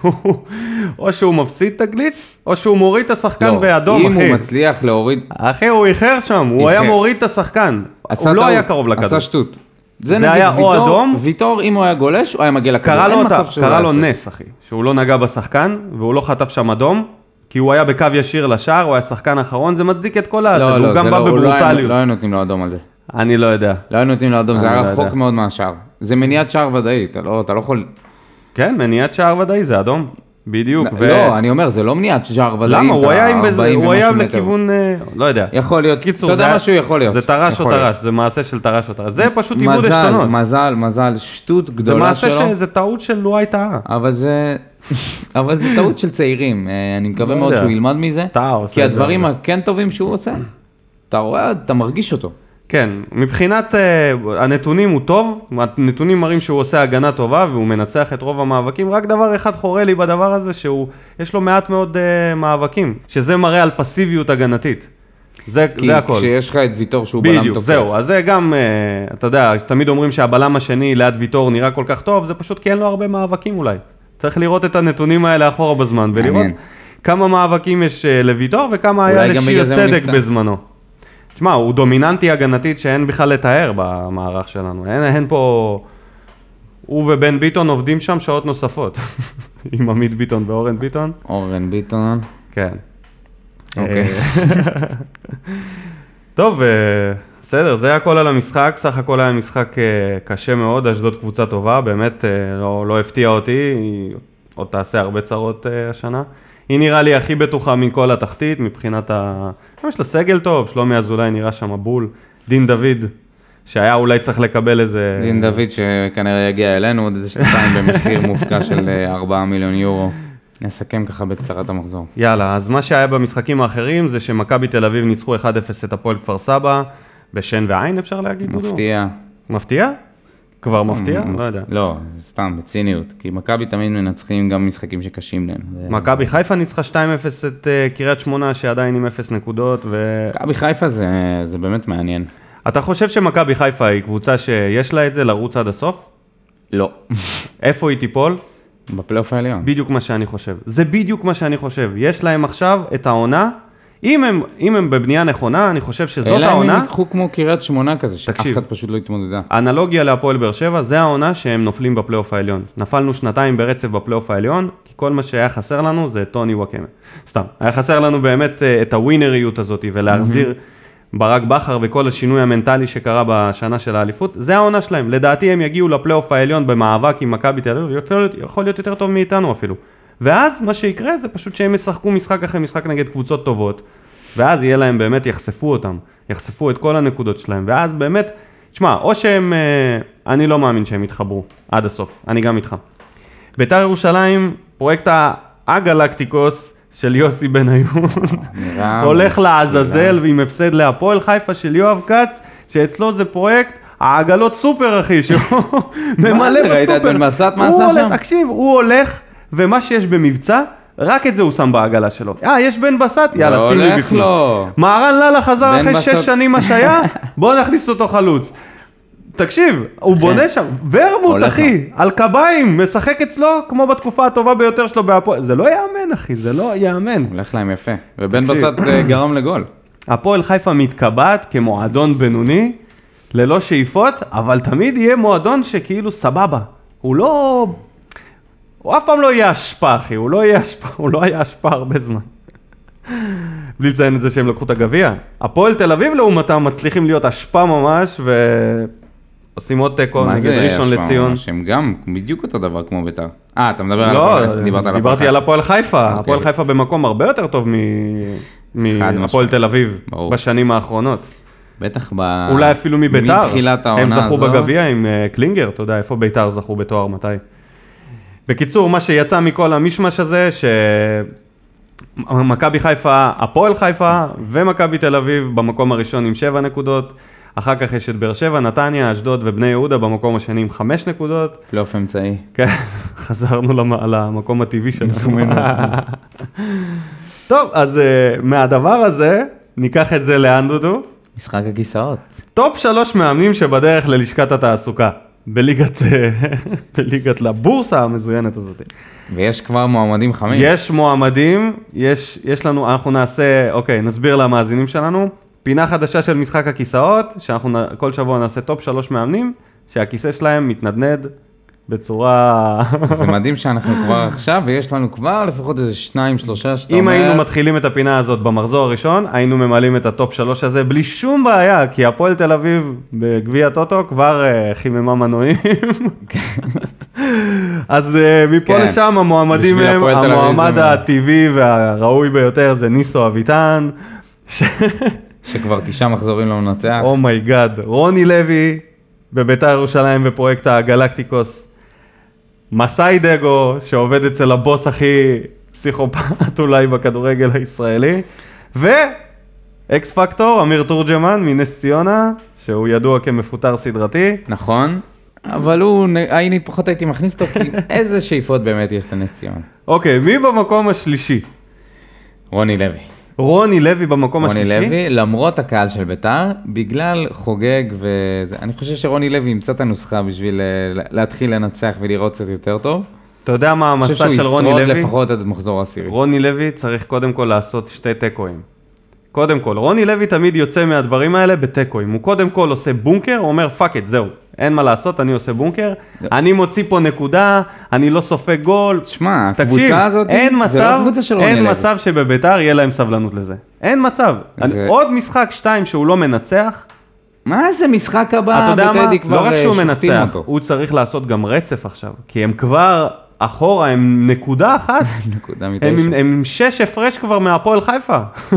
או שהוא מפסיד את הגליץ', או שהוא מוריד את השחקן באדום, אחי. אם הוא מצליח להוריד... אחי, הוא איחר שם, הוא היה מוריד את השחקן. הוא לא היה קרוב לכדור. עשה שטות. זה היה או אדום. ויטור, אם הוא היה גולש, הוא היה מגיע לכדור. קרא לו נס, אחי. שהוא לא נגע בשחקן, והוא לא חטף שם אדום. כי הוא היה בקו ישיר לשער, הוא היה שחקן אחרון, זה מצדיק את כל הזה, והוא גם בא בברוטליות. לא היה נותנים לו אדום על זה. אני לא יודע. לא היה נותנים לו אדום, זה היה רחוק מאוד מהשער. זה מניעת שער ודאי, אתה לא יכול... כן, מניעת שער ודאי, זה אדום. בדיוק. לא, אני אומר, זה לא מניעת שער ודאי. למה? הוא היה לכיוון, לא יודע. יכול להיות, אתה יודע משהו יכול להיות. זה טרש או טרש, זה מעשה של טרש או טרש. זה פשוט עיבוד השתנות. מזל, שטות גדולה שלו. זה מעשה שזה טעות של לואי טעה. אבל זה טעות של צעירים, אני מקווה מאוד שהוא ילמד מזה, כי הדברים הכן טובים שהוא עושה, אתה רואה, אתה מרגיש אותו. כן, מבחינת הנתונים הוא טוב, הנתונים מראים שהוא עושה הגנה טובה והוא מנצח את רוב המאבקים, רק דבר אחד חורה לי בדבר הזה, שיש לו מעט מאוד מאבקים, שזה מראה על פסיביות הגנתית. זה הכל. כי כשיש לך את ויטור שהוא בלם תוקף. בדיוק, זהו, אז זה גם, אתה יודע, תמיד אומרים שהבלם השני ליד ויטור נראה כל כך טוב, זה פשוט כי אין לו הרבה מאבקים אולי. צריך לראות את הנתונים האלה אחורה בזמן, ולראות כמה מאבקים יש לויטור וכמה היה לשיר צדק בזמנו. תשמע, הוא דומיננטי הגנתית שאין בכלל לתאר במערך שלנו. אין פה... הוא ובן ביטון עובדים שם שעות נוספות. עם עמית ביטון ואורן ביטון. אורן ביטון. כן. אוקיי. טוב, בסדר, זה הכל על המשחק. סך הכל היה משחק קשה מאוד. אשדוד קבוצה טובה, באמת לא הפתיע אותי. היא עוד תעשה הרבה צרות השנה. היא נראה לי הכי בטוחה מכל התחתית, מבחינת יש לה סגל טוב, שלומי אזולאי נראה שם בול, דין דוד, שהיה אולי צריך לקבל איזה... דין דוד שכנראה יגיע אלינו, עוד איזה שנתיים במחיר מופקע של 4 מיליון יורו. נסכם ככה בקצרת המחזור. יאללה, אז מה שהיה במשחקים האחרים זה שמכבי תל אביב ניצחו 1-0 את הפועל כפר סבא, בשן ועין אפשר להגיד? מפתיע. מפתיע? כבר מפתיע? לא יודע. לא, זה סתם, בציניות, כי מכבי תמיד מנצחים גם משחקים שקשים להם. מכבי חיפה ניצחה 2-0 את קריית שמונה, שעדיין עם 0 נקודות. מכבי חיפה זה באמת מעניין. אתה חושב שמכבי חיפה היא קבוצה שיש לה את זה לרוץ עד הסוף? לא. איפה היא תיפול? בפלייאוף העליון. בדיוק מה שאני חושב. זה בדיוק מה שאני חושב. יש להם עכשיו את העונה, אם הם בבנייה נכונה, אני חושב שזאת העונה. אלא הם יקחו כמו קריית שמונה כזה, שאף אחד פשוט לא יתמודדה. אנלוגיה להפועל באר שבע, זה העונה שהם נופלים בפלייאוף העליון. נפלנו 2 ברצף בפלייאוף העליון, כי כל מה שהיה חסר לנו זה טוני וואקמה. סתם, היה חסר לנו באמת את הווינריות הזאת, ולהחזיר ברק בכר וכל השינוי המנטלי שקרה בשנה של האליפות. זה העונה שלהם. לדעתי הם יגיעו לפלייאוף העליון במאבק עם מכבי תל אביב, יכול להיות יותר טוב מאיתנו אפילו. ואז מה שיקרה זה פשוט שהם ישחקו משחק אחרי משחק נגד קבוצות טובות, ואז יהיה להם באמת, יחשפו אותם, יחשפו את כל הנקודות שלהם, ואז באמת, תשמע, או שהם, אני לא מאמין שהם יתחברו עד הסוף, אני גם איתך. בית"ר ירושלים, פרויקט הגלקטיקוס של יוסי בניון, הולך לעזאזל עם הפסד להפועל חיפה של יואב כץ, שאצלו זה פרויקט, העגלות סופר אחי, שהוא ממלא בסופר. ראית את בן מסת מה עשה שם? תקשיב, הוא הולך, ומה שיש במבצע, רק את זה הוא שם בעגלה שלו. יש בן בסט, יאללה, שים לי בפנים. מהרן ללה חזר אחרי 6 שנים השעיה, בוא נכניס אותו חלוץ. תקשיב, הוא בונה שם, ורמוט הולך אחי, על קביים, משחק אצלו כמו בתקופה הטובה ביותר שלו בהפועל, זה לא יאמן אחי, זה לא יאמן. הולך להם יפה. ובן תקשיב. בסט גרם לגול. הפועל חיפה מתקבעת כמועדון בינוני, ללא שאיפות, אבל תמיד יהיה מועדון שכאילו סבבה. הוא לא... הוא אף פעם לא יהיה השפעה, אחי, הוא לא היה השפעה הרבה זמן. בלי לציין את זה שהם לקחו את הגביע. הפועל תל אביב לעומתם מצליחים להיות השפעה ממש, ועושים עוד תיקו נגד ראשון לציון. שהם גם בדיוק אותו דבר כמו בית"ר. אתה מדבר על לא, הפועל, דיברתי על הפועל חיפה. אוקיי. הפועל חיפה במקום הרבה יותר טוב מהפועל תל אביב ברור. בשנים האחרונות. בטח אולי אפילו מביתר. מתחילת העונה הם זכו הזו. בגביע עם קלינגר, אתה יודע, איפה ביתר זכו בתואר מתי. בקיצור, מה שיצא מכל המשמש הזה, שמכבי חיפה, הפועל חיפה ומכבי תל אביב במקום הראשון עם 7 נקודות, אחר כך יש את באר שבע, נתניה, אשדוד ובני יהודה במקום השני עם 5 נקודות. פלייאוף אמצעי. כן, חזרנו למקום הטבעי שלנו. טוב, אז מהדבר הזה, ניקח את זה לאן דודו? משחק הכיסאות. טופ 3 מאמנים שבדרך ללשכת התעסוקה, בליגת לבורסה המזוינת הזאת. ויש כבר מועמדים חמים. יש מועמדים, יש לנו, אנחנו נעשה, אוקיי, נסביר למאזינים שלנו, פינה חדשה של משחק הכיסאות, שאנחנו כל שבוע נעשה טופ 3 מאמנים, שהכיסא שלהם מתנדנד בצורה... זה מדהים שאנחנו כבר עכשיו, ויש לנו כבר לפחות איזה 2-3 שאתה אם אומר... היינו מתחילים את הפינה הזאת במחזור הראשון, היינו ממלאים את הטופ 3 הזה בלי שום בעיה, כי הפועל תל אביב בגביע טוטו כבר חיממה מנועים. אז מפה כן. לשם המועמדים בשביל הם, הפועל תל אביב המועמד זה הטבעי והראוי ביותר זה ניסו אביטן. שכבר 9 מחזורים לא מנצח. אומייגאד, רוני לוי בביתר ירושלים בפרויקט הגלקטיקוס. מסאי דגו, שעובד אצל הבוס הכי פסיכופת אולי בכדורגל הישראלי. ואקס פקטור, אמיר תורג'מן מנס ציונה, שהוא ידוע כמפוטר סדרתי. נכון, אבל אני פחות הייתי מכניס אותו, כי איזה שאיפות באמת יש לנס ציונה. אוקיי, מי במקום השלישי? רוני לוי. רוני לוי במקום השלישי? רוני לוי, למרות הקהל של ביתר, בגלל חוגג וזה, אני חושב שרוני לוי ימצא את הנוסחה בשביל להתחיל לנצח ולראות קצת יותר טוב. אתה יודע מה המסע של רוני אני חושב שהוא ישרוד לוי? לפחות עד מחזור העשירי. רוני לוי צריך קודם כל לעשות 2 טקואים. קודם כל, רוני לוי תמיד יוצא מהדברים האלה בטקואים. הוא קודם כל עושה בונקר, הוא אומר פאק את, זהו. אין מה לעשות, אני עושה בונקר. אני מוציא פה נקודה, אני לא סופג גול. תשמע, תקשיב, הקבוצה הזאת, זה לא קבוצה של רוני לוי. אין מצב שבביתר יהיה להם סבלנות לזה. אין מצב. עוד משחק 2 שהוא לא מנצח. מה זה משחק הבא? אתה יודע מה? בטדי כבר לא רק שהוא שופטים מנצח, אותו. הוא צריך לעשות גם רצף עכשיו. כי הם כבר אחורה, הם נקודה אחת. נקודה הם מתשע. עם 6 הפרש כבר מהפועל חיפה.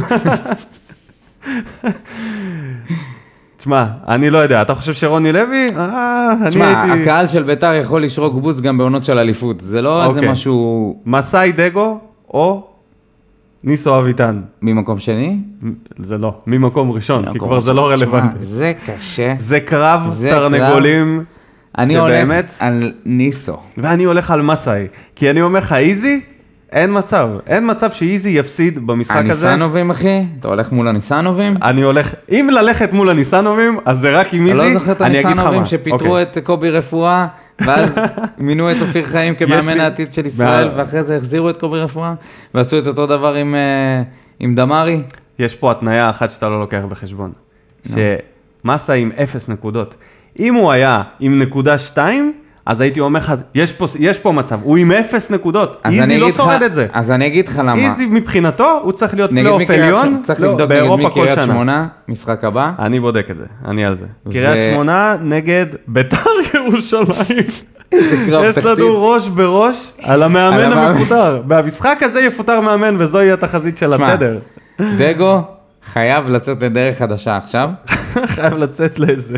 תשמע, אני לא יודע, אתה חושב שרוני לוי? תשמע, הקהל של ביתר יכול לשרוק בוס גם בעונות של אליפות, זה לא איזה משהו... מסאי דגו או ניסו אביטן? ממקום שני? זה לא, ממקום ראשון, כי כבר זה לא רלוונטי. זה קשה. זה קרב זה תרנגולים. אני הולך שבאמת... על ניסו. ואני הולך על מסאי, כי אני אומר לך, איזי, אין מצב שאיזי יפסיד במשחק הזה. הניסנובים, אחי? אתה הולך מול הניסנובים? אני הולך, אם ללכת מול הניסנובים, אז זה רק עם איזי, אני לא זוכר את אני אגיד לך מה. הניסנובים שפיתרו את קובי רפואה, ואז מינו את אופיר חיים כמאמן העתיד של ישראל, ואחרי זה החזירו את קובי רפואה, ועשו את אותו דבר עם דמרי. יש פה התניה אחת שאתה לא לוקח בחשבון, שמסה עם 0 נקודות. אם הוא היה עם נקודה 2, אז הייתי אומר לך, יש פה מצב, הוא עם 0 נקודות, איזי לא שורד את זה. אז אני אגיד לך למה. איזי מבחינתו, הוא צריך להיות פלייאוף עליון, צריך לבדוק נגד מי קריית שמונה, משחק הבא. אני בודק את זה, אני על זה. קריית שמונה נגד ביתר ירושלים. יש לנו ראש בראש על המאמן המפוטר. במשחק הזה יפוטר מאמן, וזוהי התחזית של התדר. דגו חייב לצאת לדרך חדשה עכשיו. חייב לצאת לאיזה...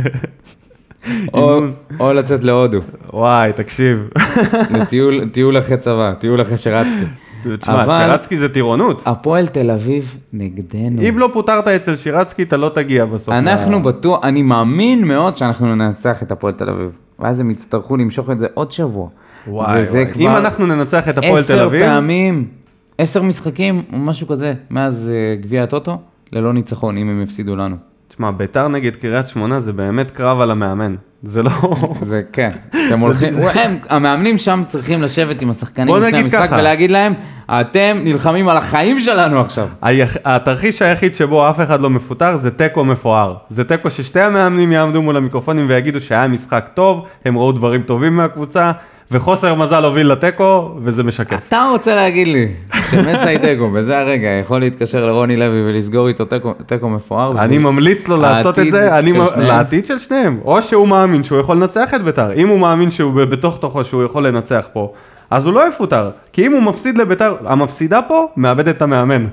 או לצאת להודו. וואי, תקשיב. לטיול אחרי צבא, טיול אחרי שרצקי. תשמע, שרצקי זה טירונות. הפועל תל אביב נגדנו. אם לא פוטרת אצל שרצקי, אתה לא תגיע בסוף. אנחנו בטוח, אני מאמין מאוד שאנחנו ננצח את הפועל תל אביב. ואז הם יצטרכו למשוך את זה עוד שבוע. וואי, אם אנחנו ננצח את הפועל תל אביב... 10 פעמים, 10 משחקים, או משהו כזה, מאז גביע הטוטו, ללא ניצחון, אם הם הפסידו לנו. תשמע, ביתר נגד קריית שמונה זה באמת קרב על המאמן. זה לא... זה כן, אתם הולכים, המאמנים שם צריכים לשבת עם השחקנים בוא לפני נגיד המשחק ככה. ולהגיד להם, אתם נלחמים על החיים שלנו עכשיו. התרחיש היחיד שבו אף אחד לא מפוטר זה תיקו מפואר. זה תיקו ששתי המאמנים יעמדו מול המיקרופונים ויגידו שהיה משחק טוב, הם ראו דברים טובים מהקבוצה, וחוסר מזל הוביל לתיקו, וזה משקף. אתה רוצה להגיד לי שמסיידגו בזה הרגע יכול להתקשר לרוני לוי ולסגור איתו תיקו מפואר? אני ממליץ לו לעשות את זה, לעתיד של שניהם. או שהוא מאמין שהוא יכול לנצח את ביתר. אם הוא מאמין שהוא בתוך תוכו שהוא יכול לנצח פה, אז הוא לא יפוטר. כי אם הוא מפסיד לביתר, המפסידה פה מאבדת את המאמן.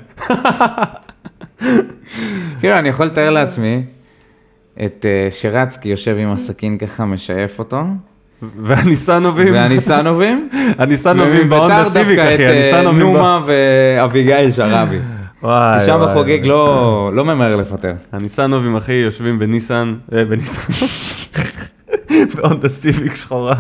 כאילו, אני יכול לתאר לעצמי את שרצקי יושב עם הסכין ככה, משייף אותו. והניסנובים. הניסנובים בהונדה סיביק, אחי. דווקא את נומה ואביגיל שרבי. שם החוגג לא ממהר לפטר. הניסנובים, אחי, יושבים בניסן, בהונדה סיביק שחורה.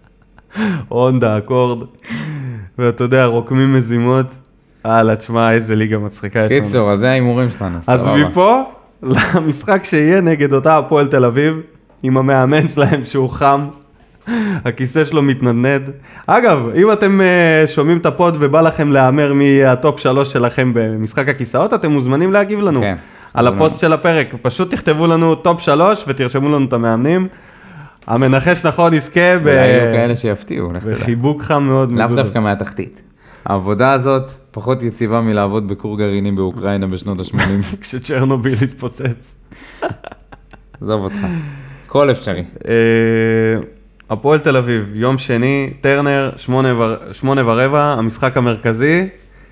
הונדה, אקורד. ואתה יודע, רוקמים מזימות. תשמע, איזה ליגה מצחיקה יש לנו. קיצור, אז זה ההימורים שלנו. אז מפה, למשחק שיהיה נגד אותה הפועל תל אביב, עם המאמן שלהם שהוא חם, הכיסא שלו מתנדנד. אגב, אם אתם שומעים את הפוד ובא לכם להאמר מהטופ 3 שלכם במשחק הכיסאות, אתם מוזמנים להגיב לנו. כן. על הפוסט של הפרק. פשוט תכתבו לנו טופ 3 ותרשמו לנו את המאמנים. המנחש נכון יזכה היו כאלה שיפתיעו. בחיבוק חם מאוד. לאו דווקא מהתחתית. העבודה הזאת פחות יציבה מלעבוד בקור גרעינים באוקראינה בשנות ה-80. כשצ'רנוביל התפוצץ. עזוב אותך. כל אפשרי. הפועל תל אביב, יום שני, טרנר, 8:15, המשחק המרכזי.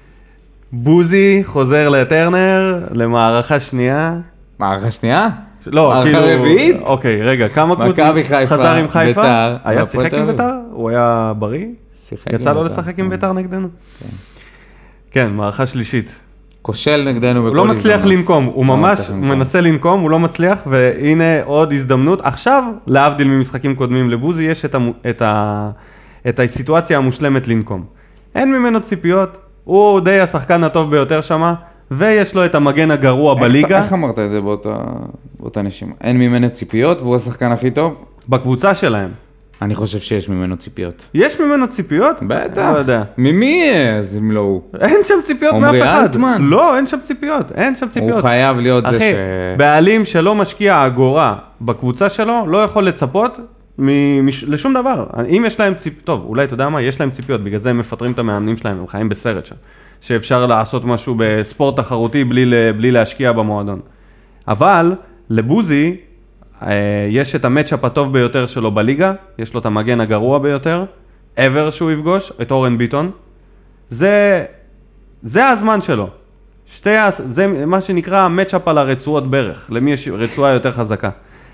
בוזי חוזר לטרנר, למערכה שנייה. מערכה שנייה? לא, מערכה רביעית? אוקיי, רגע, כמה קבוצות? מכבי חיפה, חזר עם חיפה? ביתר, היה שיחק עם ביתר? הוא היה בריא? יצא לו ביתר, לשחק עם ביתר נגדנו? כן, מערכה שלישית. כושל נגדנו בכל הוא לא מצליח הזדמנות. לנקום, הוא ממש מנסה לנקום, הוא לא מצליח, והנה עוד הזדמנות. עכשיו, להבדיל ממשחקים קודמים לבוזי, יש את הסיטואציה המושלמת לנקום. אין ממנו ציפיות, הוא די השחקן הטוב ביותר שמה, ויש לו את המגן הגרוע בליגה. איך אמרת את זה באותה נשימה? אין ממנו ציפיות והוא השחקן הכי טוב? בקבוצה שלהם. אני חושב שיש ממנו ציפיות. יש ממנו ציפיות? בטח. לא יודע. ממי אז אם לא הוא? אין שם ציפיות מאף עומרי אחד. אלטמן? לא, אין שם ציפיות, אין שם ציפיות. הוא חייב להיות זה אחי, בעלים שלא משקיע אגורה בקבוצה שלו, לא יכול לצפות לשום דבר. אם יש להם ציפיות, טוב, אולי אתה יודע מה, יש להם ציפיות, בגלל זה הם מפטרים את המאמנים שלהם, הם חיים בסרט שם. שאפשר לעשות משהו בספורט תחרותי בלי להשקיע במועדון. אבל לבוזי, יש את המאצ'אפ הטוב ביותר שלו בליגה, יש לו את המגן הגרוע ביותר, ever שהוא יפגוש, את אורן ביטון. זה הזמן שלו. זה מה שנקרא מאצ'אפ על הרצועות ברך, למי יש רצועה יותר חזקה.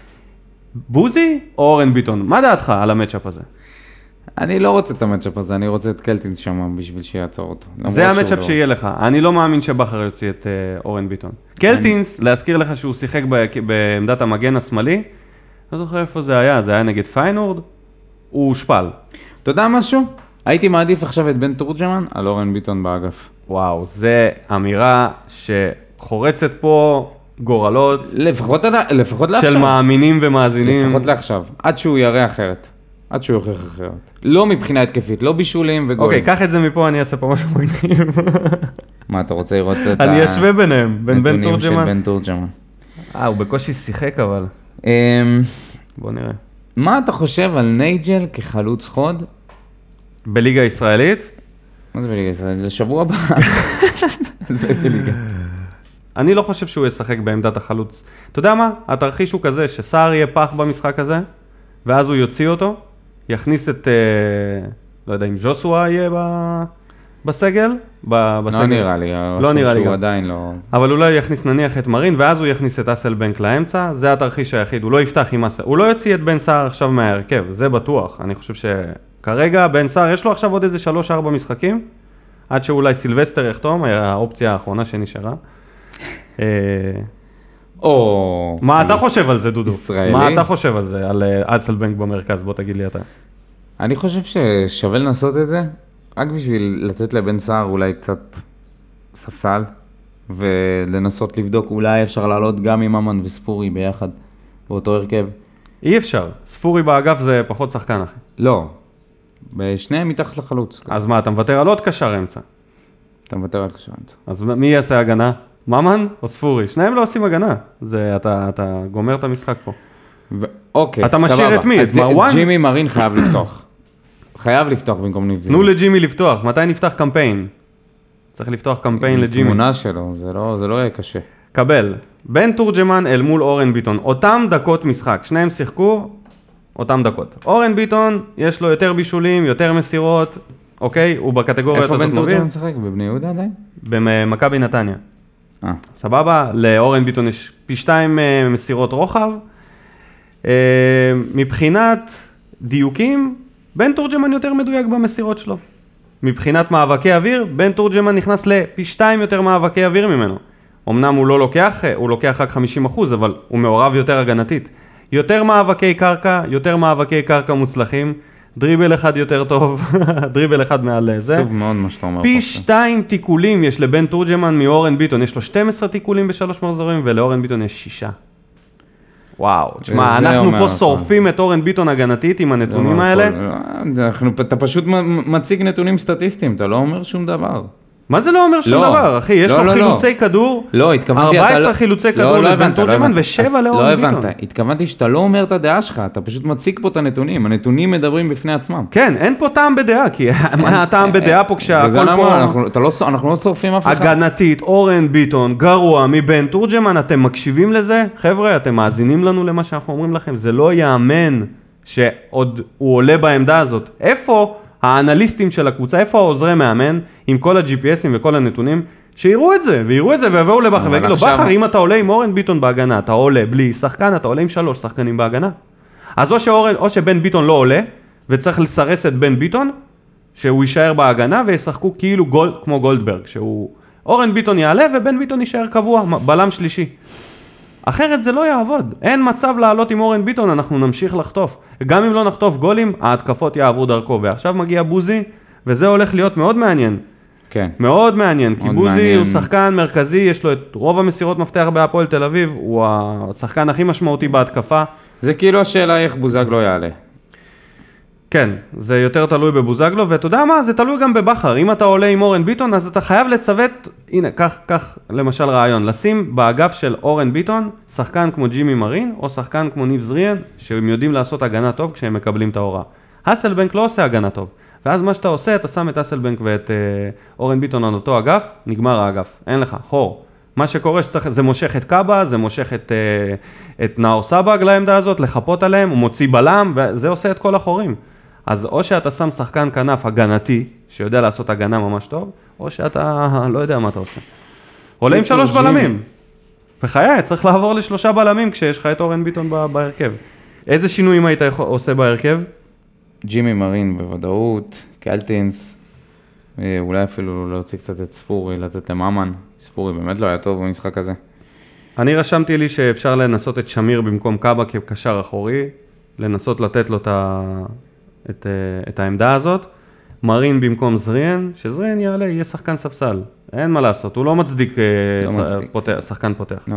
בוזי או אורן ביטון? מה דעתך על המאצ'אפ הזה? אני לא רוצה את המאצ'אפ הזה, אני רוצה את קלטינס שם בשביל שיעצור אותו. זה המאצ'אפ שיהיה לך. אני לא מאמין שבחר יוציא את אורן ביטון. קלטינס, להזכיר לך שהוא שיחק בעמדת המגן השמאלי, לא זוכר איפה זה היה נגד פיינורד, הוא הושפל. אתה יודע משהו? הייתי מעדיף עכשיו את בן תורג'מן על אורן ביטון באגף. וואו, זה אמירה שחורצת פה גורלות. לפחות לעכשיו. של מאמינים ומאזינים. לפחות לעכשיו, עד שהוא יראה אחרת. עד שהוא יוכיח אחרת. לא מבחינה התקפית, לא בישולים וגולים. אוקיי, קח את זה מפה, אני אעשה פה משהו מגניב. מה, אתה רוצה לראות את אני אשווה ביניהם, בין בן הנתונים של תורג'מן. בן תורג'מן. הוא בקושי שיחק אבל. בוא נראה. מה אתה חושב על נייג'ל כחלוץ חוד? בליגה הישראלית? מה זה בליגה הישראלית? לשבוע הבא. אז באיזה ליגה? אני לא חושב שהוא ישחק בעמדת החלוץ. אתה יודע מה? התרחיש הוא כזה שסער יהיה פח במשחק הזה, ואז הוא יוציא אותו, יכניס את, לא יודע אם ז'וסווה יהיה בסגל? לא נראה לי, לא נראה לי שהוא גם. עדיין לא... אבל אולי יכניס נניח את מרין, ואז הוא יכניס את אסלבנק לאמצע, זה התרחיש היחיד, הוא לא יפתח עם אסל, הוא לא יוציא את בן סער עכשיו מההרכב, זה בטוח, אני חושב שכרגע בן סער יש לו עכשיו עוד איזה 3-4 משחקים, עד שאולי סילבסטר יחתום, האופציה האחרונה שנשארה. מה אתה חושב על זה, דודו? ישראלי? מה אתה חושב על זה, על אסלבנק במרכז? בוא תגיד לי אתה. אני חושב ששווה לנסות את זה, רק בשביל לתת לבן סער אולי קצת ספסל, ולנסות לבדוק, אולי אפשר לעלות גם עם אמן וספורי ביחד, באותו הרכב. אי אפשר. ספורי באגף זה פחות שחקן, אחי. לא. בשניהם מתחת לחלוץ. אז מה, אתה מוותר על עוד קשר אמצע? אתה מוותר על קשר אמצע. אז מי יעשה הגנה? ממן או ספורי? שניהם לא עושים הגנה. אתה גומר את המשחק פה. אוקיי, אתה משאיר את מי? את מרואן? ג'ימי מרין חייב לפתוח. חייב לפתוח במקום ניב זריאן. תנו לג'ימי לפתוח. מתי נפתח קמפיין? צריך לפתוח קמפיין לג'ימי. תמונה שלו, זה לא יהיה קשה. קבל. בן תורג'מן אל מול אורן ביטון. אותם דקות משחק. שניהם שיחקו אותם דקות. אורן ביטון, יש לו יותר בישולים, יותר מסירות, אוקיי? הוא בקטגוריות הזאת איפה מוביל. בן תורג'מן משחק? בבני יהודה עדיין? במכבי נתניה. סבבה? לאורן ביטון יש פי 2 מסירות רוחב. מבחינת דיוקים, בן תורג'מן יותר מדויק במסירות שלו. מבחינת מאבקי אוויר, בן תורג'מן נכנס לפי 2 יותר מאבקי אוויר ממנו. אמנם הוא לא לוקח, הוא לוקח רק 50%, אבל הוא מעורב יותר הגנתית. יותר מאבקי קרקע מוצלחים, דריבל אחד יותר טוב, דריבל אחד מעל זה. סוב מאוד מה שאתה אומר. פי 2 תיקולים יש לבן תורג'מן מאורן ביטון, יש לו 12 תיקולים בשלוש מחזורים, ולאורן ביטון יש 6. וואו, תשמע, אנחנו פה שורפים את אורן ביטון הגנתית עם הנתונים האלה. אתה פשוט מציג נתונים סטטיסטיים, אתה לא אומר שום דבר. מה זה לא אומר שום דבר, אחי? יש לו חילוצי כדור, 14 חילוצי כדור לבן תורג'מן ו7 לאורן ביטון. לא הבנת, התכוונתי שאתה לא אומר את הדעה שלך, אתה פשוט מציג פה את הנתונים, הנתונים מדברים בפני עצמם. כן, אין פה טעם בדעה, כי מה הטעם בדעה פה כשהכל פה... אנחנו לא שורפים אף אחד. הגנתית, אורן ביטון, גרוע מבן תורג'מן, אתם מקשיבים לזה? חבר'ה, אתם מאזינים לנו למה שאנחנו אומרים לכם? זה לא יאמן שעוד הוא עולה בעמדה הזאת. איפה האנליסטים של הקבוצה, איפה העוזרי מאמן, עם כל ה-GPSים וכל הנתונים, שיראו את זה, ויבואו לבחר, ויגיד לו, בחר, אם אתה עולה עם אורן ביטון בהגנה, אתה עולה בלי שחקן, אתה עולה עם 3 שחקנים בהגנה. אז או שבן ביטון לא עולה, וצריך לסרס את בן ביטון, שהוא יישאר בהגנה, וישחקו כאילו כמו גולדברג, אורן ביטון יעלה, ובן ביטון יישאר קבוע, בלם שלישי. אחרת זה לא יעבוד. אין מצב לעלות עם אורן ביטון, אנחנו נמשיך לחטוף. גם אם לא נחטוף גולים, ההתקפות יעברו דרכו. ועכשיו מגיע בוזי, וזה הולך להיות מאוד מעניין. כן. מאוד מעניין, כי בוזי הוא שחקן מרכזי, יש לו את רוב המסירות מפתח בהפועל תל אביב, הוא השחקן הכי משמעותי בהתקפה. זה כאילו השאלה איך בוזגלו יעלה. כן, זה יותר תלוי בבוזגלו, ואתה יודע מה, זה תלוי גם בבחר. אם אתה עולה עם אורן ביטון, אז אתה חייב לצוות, הנה, כך למשל רעיון, לשים באגף של אורן ביטון, שחקן כמו ג'ימי מרין, או שחקן כמו ניב זריאן, שהם יודעים לעשות הגנה טוב כשהם מקבלים את ההוראה. אסלבנק לא עושה הגנה טוב, ואז מה שאתה עושה, אתה שם את אסלבנק ואת אורן ביטון על אותו אגף, נגמר האגף, אין לך, חור. מה שקורה זה מושך את קאבה, זה מושך את נאור סבג לעמדה הזאת, לחפות עליהם, הוא מוציא בלם, וזה עושה את כל החורים. אז או שאתה שם שחקן כנף הגנתי, שיודע לעשות הגנה ממש טוב, או שאתה לא יודע מה אתה עושה. עולה עם 3 בלמים. בחיי, צריך לעבור ל3 בלמים כשיש לך את אורן ביטון בהרכב. איזה שינויים היית עושה בהרכב? ג'ימי מרין בוודאות, קלטינס, אולי אפילו להוציא קצת את ספורי, לתת למאמן. ספורי באמת לא היה טוב במשחק הזה. אני רשמתי לי שאפשר לנסות את שמיר במקום קאבה כקשר אחורי, לנסות לתת לו את העמדה הזאת, מרין במקום זריאן, שזריאן יעלה, יהיה שחקן ספסל, אין מה לעשות, הוא לא מצדיק שחקן פותח. לא.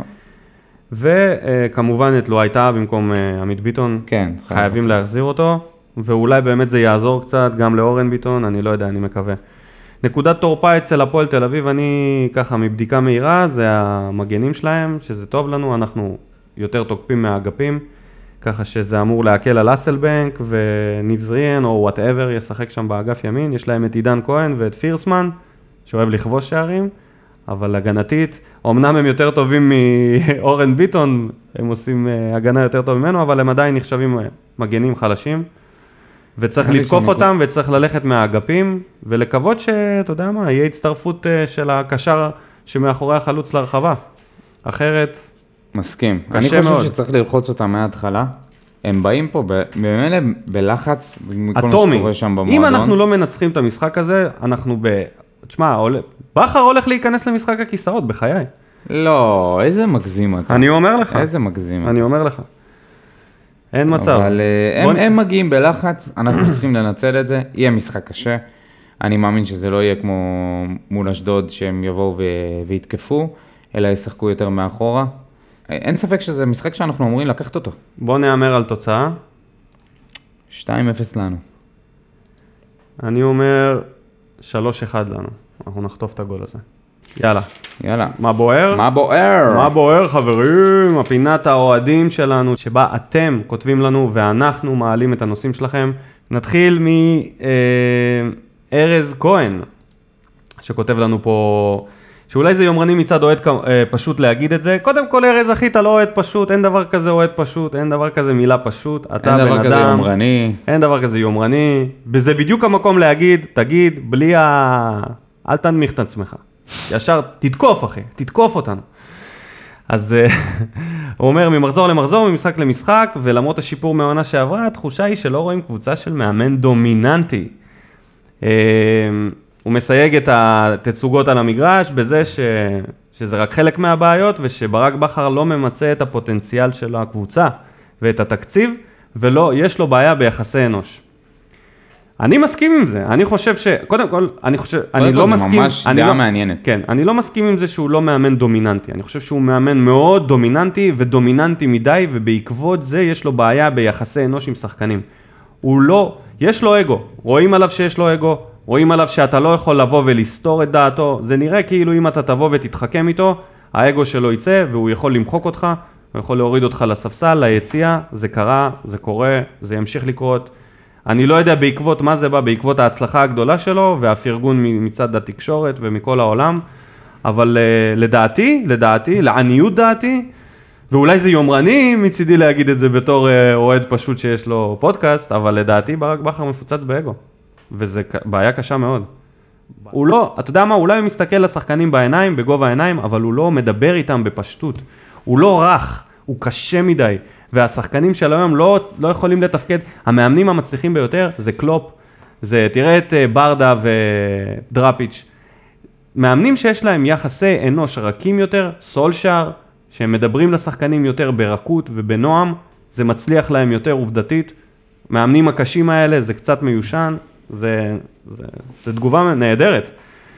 וכמובן את לואייטה במקום עמית ביטון, כן, חייבים להחזיר אותו, ואולי באמת זה יעזור קצת גם לאורן ביטון, אני לא יודע, אני מקווה. נקודת תורפה אצל הפועל תל אביב, אני ככה מבדיקה מהירה, זה המגנים שלהם, שזה טוב לנו, אנחנו יותר תוקפים מהאגפים, ככה שזה אמור להקל על אסלבנק וניב זריאן או whatever ישחק שם באגף ימין, יש להם את עידן כהן ואת פירסמן, שאוהב לכבוש שערים, אבל הגנתית, אמנם הם יותר טובים מאורן ביטון, הם עושים הגנה יותר טוב ממנו, אבל הם עדיין נחשבים מגנים חלשים, וצריך לתקוף אותם וצריך ללכת מהאגפים, ולקוות שאתה יודע מה, יהיה הצטרפות של הקשר שמאחורי החלוץ לרחבה, אחרת... מסכים. אני חושב שצריך ללחוץ אותם מההתחלה. הם באים פה באמת בלחץ מכל מה שקורה שם במועדון. אם אנחנו לא מנצחים את המשחק הזה, אנחנו תשמע, בכר הולך להיכנס למשחק הכיסאות, בחיי. לא, איזה מגזים אתה. אני אומר לך. איזה מגזים. אני אומר לך. אין מצב. אבל הם מגיעים בלחץ, אנחנו צריכים לנצל את זה. יהיה משחק קשה. אני מאמין שזה לא יהיה כמו מול אשדוד שהם יבואו ויתקפו, אלא ישחקו יותר מאחורה. אין ספק שזה משחק שאנחנו אמורים לקחת אותו. בוא נאמר על תוצאה. 2-0 לנו. אני אומר 3-1 לנו. אנחנו נחטוף את הגול הזה. יאללה. יאללה. מה בוער? מה בוער? מה בוער, חברים? הפינת האוהדים שלנו, שבה אתם כותבים לנו ואנחנו מעלים את הנושאים שלכם. נתחיל מארז כהן, שכותב לנו פה, שאולי זה יומרני מצד אוהד פשוט להגיד את זה. קודם כל, ארז, אחי, אתה לא אוהד פשוט, אין דבר כזה אוהד פשוט, אין דבר כזה מילה פשוט, אתה בן אדם. אין דבר כזה יומרני. אין דבר כזה יומרני. וזה בדיוק המקום להגיד, תגיד, בלי אל תנמיך את עצמך. ישר, תתקוף, אחי, תתקוף אותנו. אז הוא אומר, ממחזור למחזור, ממשחק למשחק, ולמרות השיפור מהעונה שעברה, התחושה היא שלא רואים קבוצה של מאמן דומיננטי. הוא מסייג את התצוגות על המגרש בזה שזה רק חלק מהבעיות, ושברק בכר לא ממצא את הפוטנציאל של הקבוצה ואת התקציב, ולא, יש לו בעיה ביחסי אנוש. אני מסכים עם זה, אני חושב קודם כל, אני לא מסכים, זה ממש דעה מעניינת. כן, אני לא מסכים עם זה שהוא לא מאמן דומיננטי, אני חושב שהוא מאמן מאוד דומיננטי ודומיננטי מדי, ובעקבות זה יש לו בעיה ביחסי אנוש עם שחקנים. הוא לא, יש לו אגו, רואים עליו שיש לו אגו, רואים עליו שאתה לא יכול לבוא ולסתור את דעתו, זה נראה כאילו אם אתה תבוא ותתחכם איתו, האגו שלו יצא והוא יכול למחוק אותך, הוא יכול להוריד אותך לספסל, ליציאה, זה קרה, זה קורה, זה ימשיך לקרות. אני לא יודע בעקבות מה זה בא, בעקבות ההצלחה הגדולה שלו, והפרגון מצד התקשורת ומכל העולם, אבל לדעתי, לעניות דעתי, ואולי זה יומרני מצידי להגיד את זה בתור אוהד פשוט שיש לו פודקאסט, אבל לדעתי ברק בכר מפוצץ באגו, וזה בעיה קשה מאוד. הוא לא, אתה יודע מה, אולי הוא מסתכל לשחקנים בעיניים, בגובה העיניים, אבל הוא לא מדבר איתם בפשטות. הוא לא רך, הוא קשה מדי. והשחקנים של היום לא יכולים לתפקד. המאמנים המצליחים ביותר זה קלופ, תראה את ברדה ודראפיץ'. מאמנים שיש להם יחסי אנוש רכים יותר, סולשאר, שהם מדברים לשחקנים יותר ברכות ובנועם, זה מצליח להם יותר עובדתית. מאמנים הקשים האלה זה קצת מיושן, זה תגובה נהדרת.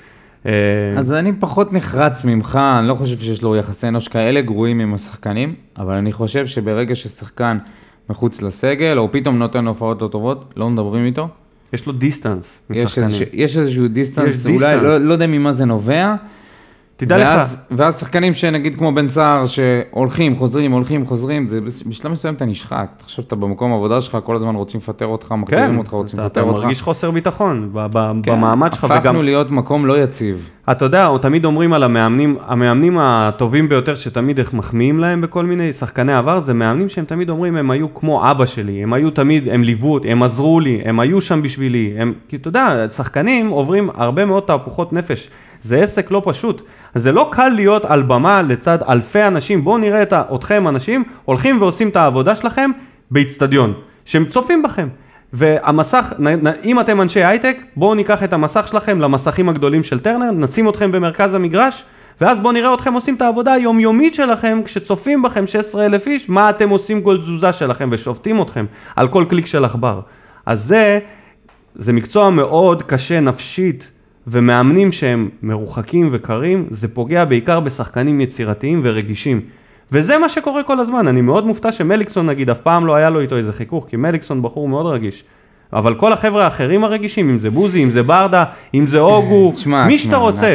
אז אני פחות נחרץ ממך, אני לא חושב שיש לו יחסי אנוש כאלה גרועים עם השחקנים, אבל אני חושב שברגע ששחקן מחוץ לסגל, או פתאום נותן הופעות לא טובות, לא מדברים איתו. יש לו דיסטנס משחקנים. יש איזשהו דיסטנס, אולי לא יודע ממה זה נובע. תדע לך. ואז שחקנים שנגיד כמו בן סער, שהולכים, חוזרים, זה בשלב מסוים אתה נשחק. אתה חושב שאתה במקום העבודה שלך, כל הזמן רוצים לפטר אותך, מחזירים אותך, רוצים לפטר אותך. אתה מרגיש חוסר ביטחון במעמד שלך. הפכנו להיות מקום לא יציב. אתה יודע, תמיד אומרים על המאמנים הטובים ביותר, שתמיד מחמיאים להם בכל מיני שחקני עבר, זה מאמנים שהם תמיד אומרים, הם היו כמו אבא שלי, הם היו תמיד, הם ליוו אותי, הם עזרו לי, הם היו שם בשבילי. כי אתה יודע, שחקנים עוברים הרבה מאוד תהפוכות נפש. זה עסק לא פשוט. זה לא קל להיות על במה לצד אלפי אנשים. בואו נראה אתכם אנשים הולכים ועושים את העבודה שלכם באצטדיון, שהם צופים בכם. והמסך, אם אתם אנשי הייטק, בואו ניקח את המסך שלכם למסכים הגדולים של טרנר, נשים אתכם במרכז המגרש, ואז בואו נראה אתכם עושים את העבודה היומיומית שלכם, כשצופים בכם 16,000 איש, מה אתם עושים כל תזוזה שלכם, ושופטים אתכם על כל קליק של עכבר. אז זה מקצוע מאוד קשה נפשית, ומאמנים שהם מרוחקים וקרים, זה פוגע בעיקר בשחקנים יצירתיים ורגישים. וזה מה שקורה כל הזמן. אני מאוד מופתע שמליקסון נגיד, אף פעם לא היה לו איתו איזה חיכוך, כי מליקסון בחור מאוד רגיש. אבל כל החבר'ה האחרים הרגישים, אם זה בוזי, אם זה ברדה, אם זה אוגו, מי שאתה רוצה,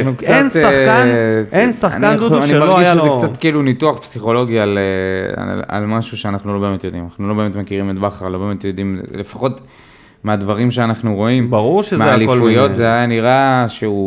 אין שחקן דודו שלא היה לו... אני מרגיש שזה קצת כאילו ניתוח פסיכולוגי על משהו שאנחנו לא באמת יודעים. אנחנו לא באמת מכירים את בכר, לא באמת יודעים, לפחות... מהדברים שאנחנו רואים, ברור שזה מהאליפויות, זה היה נראה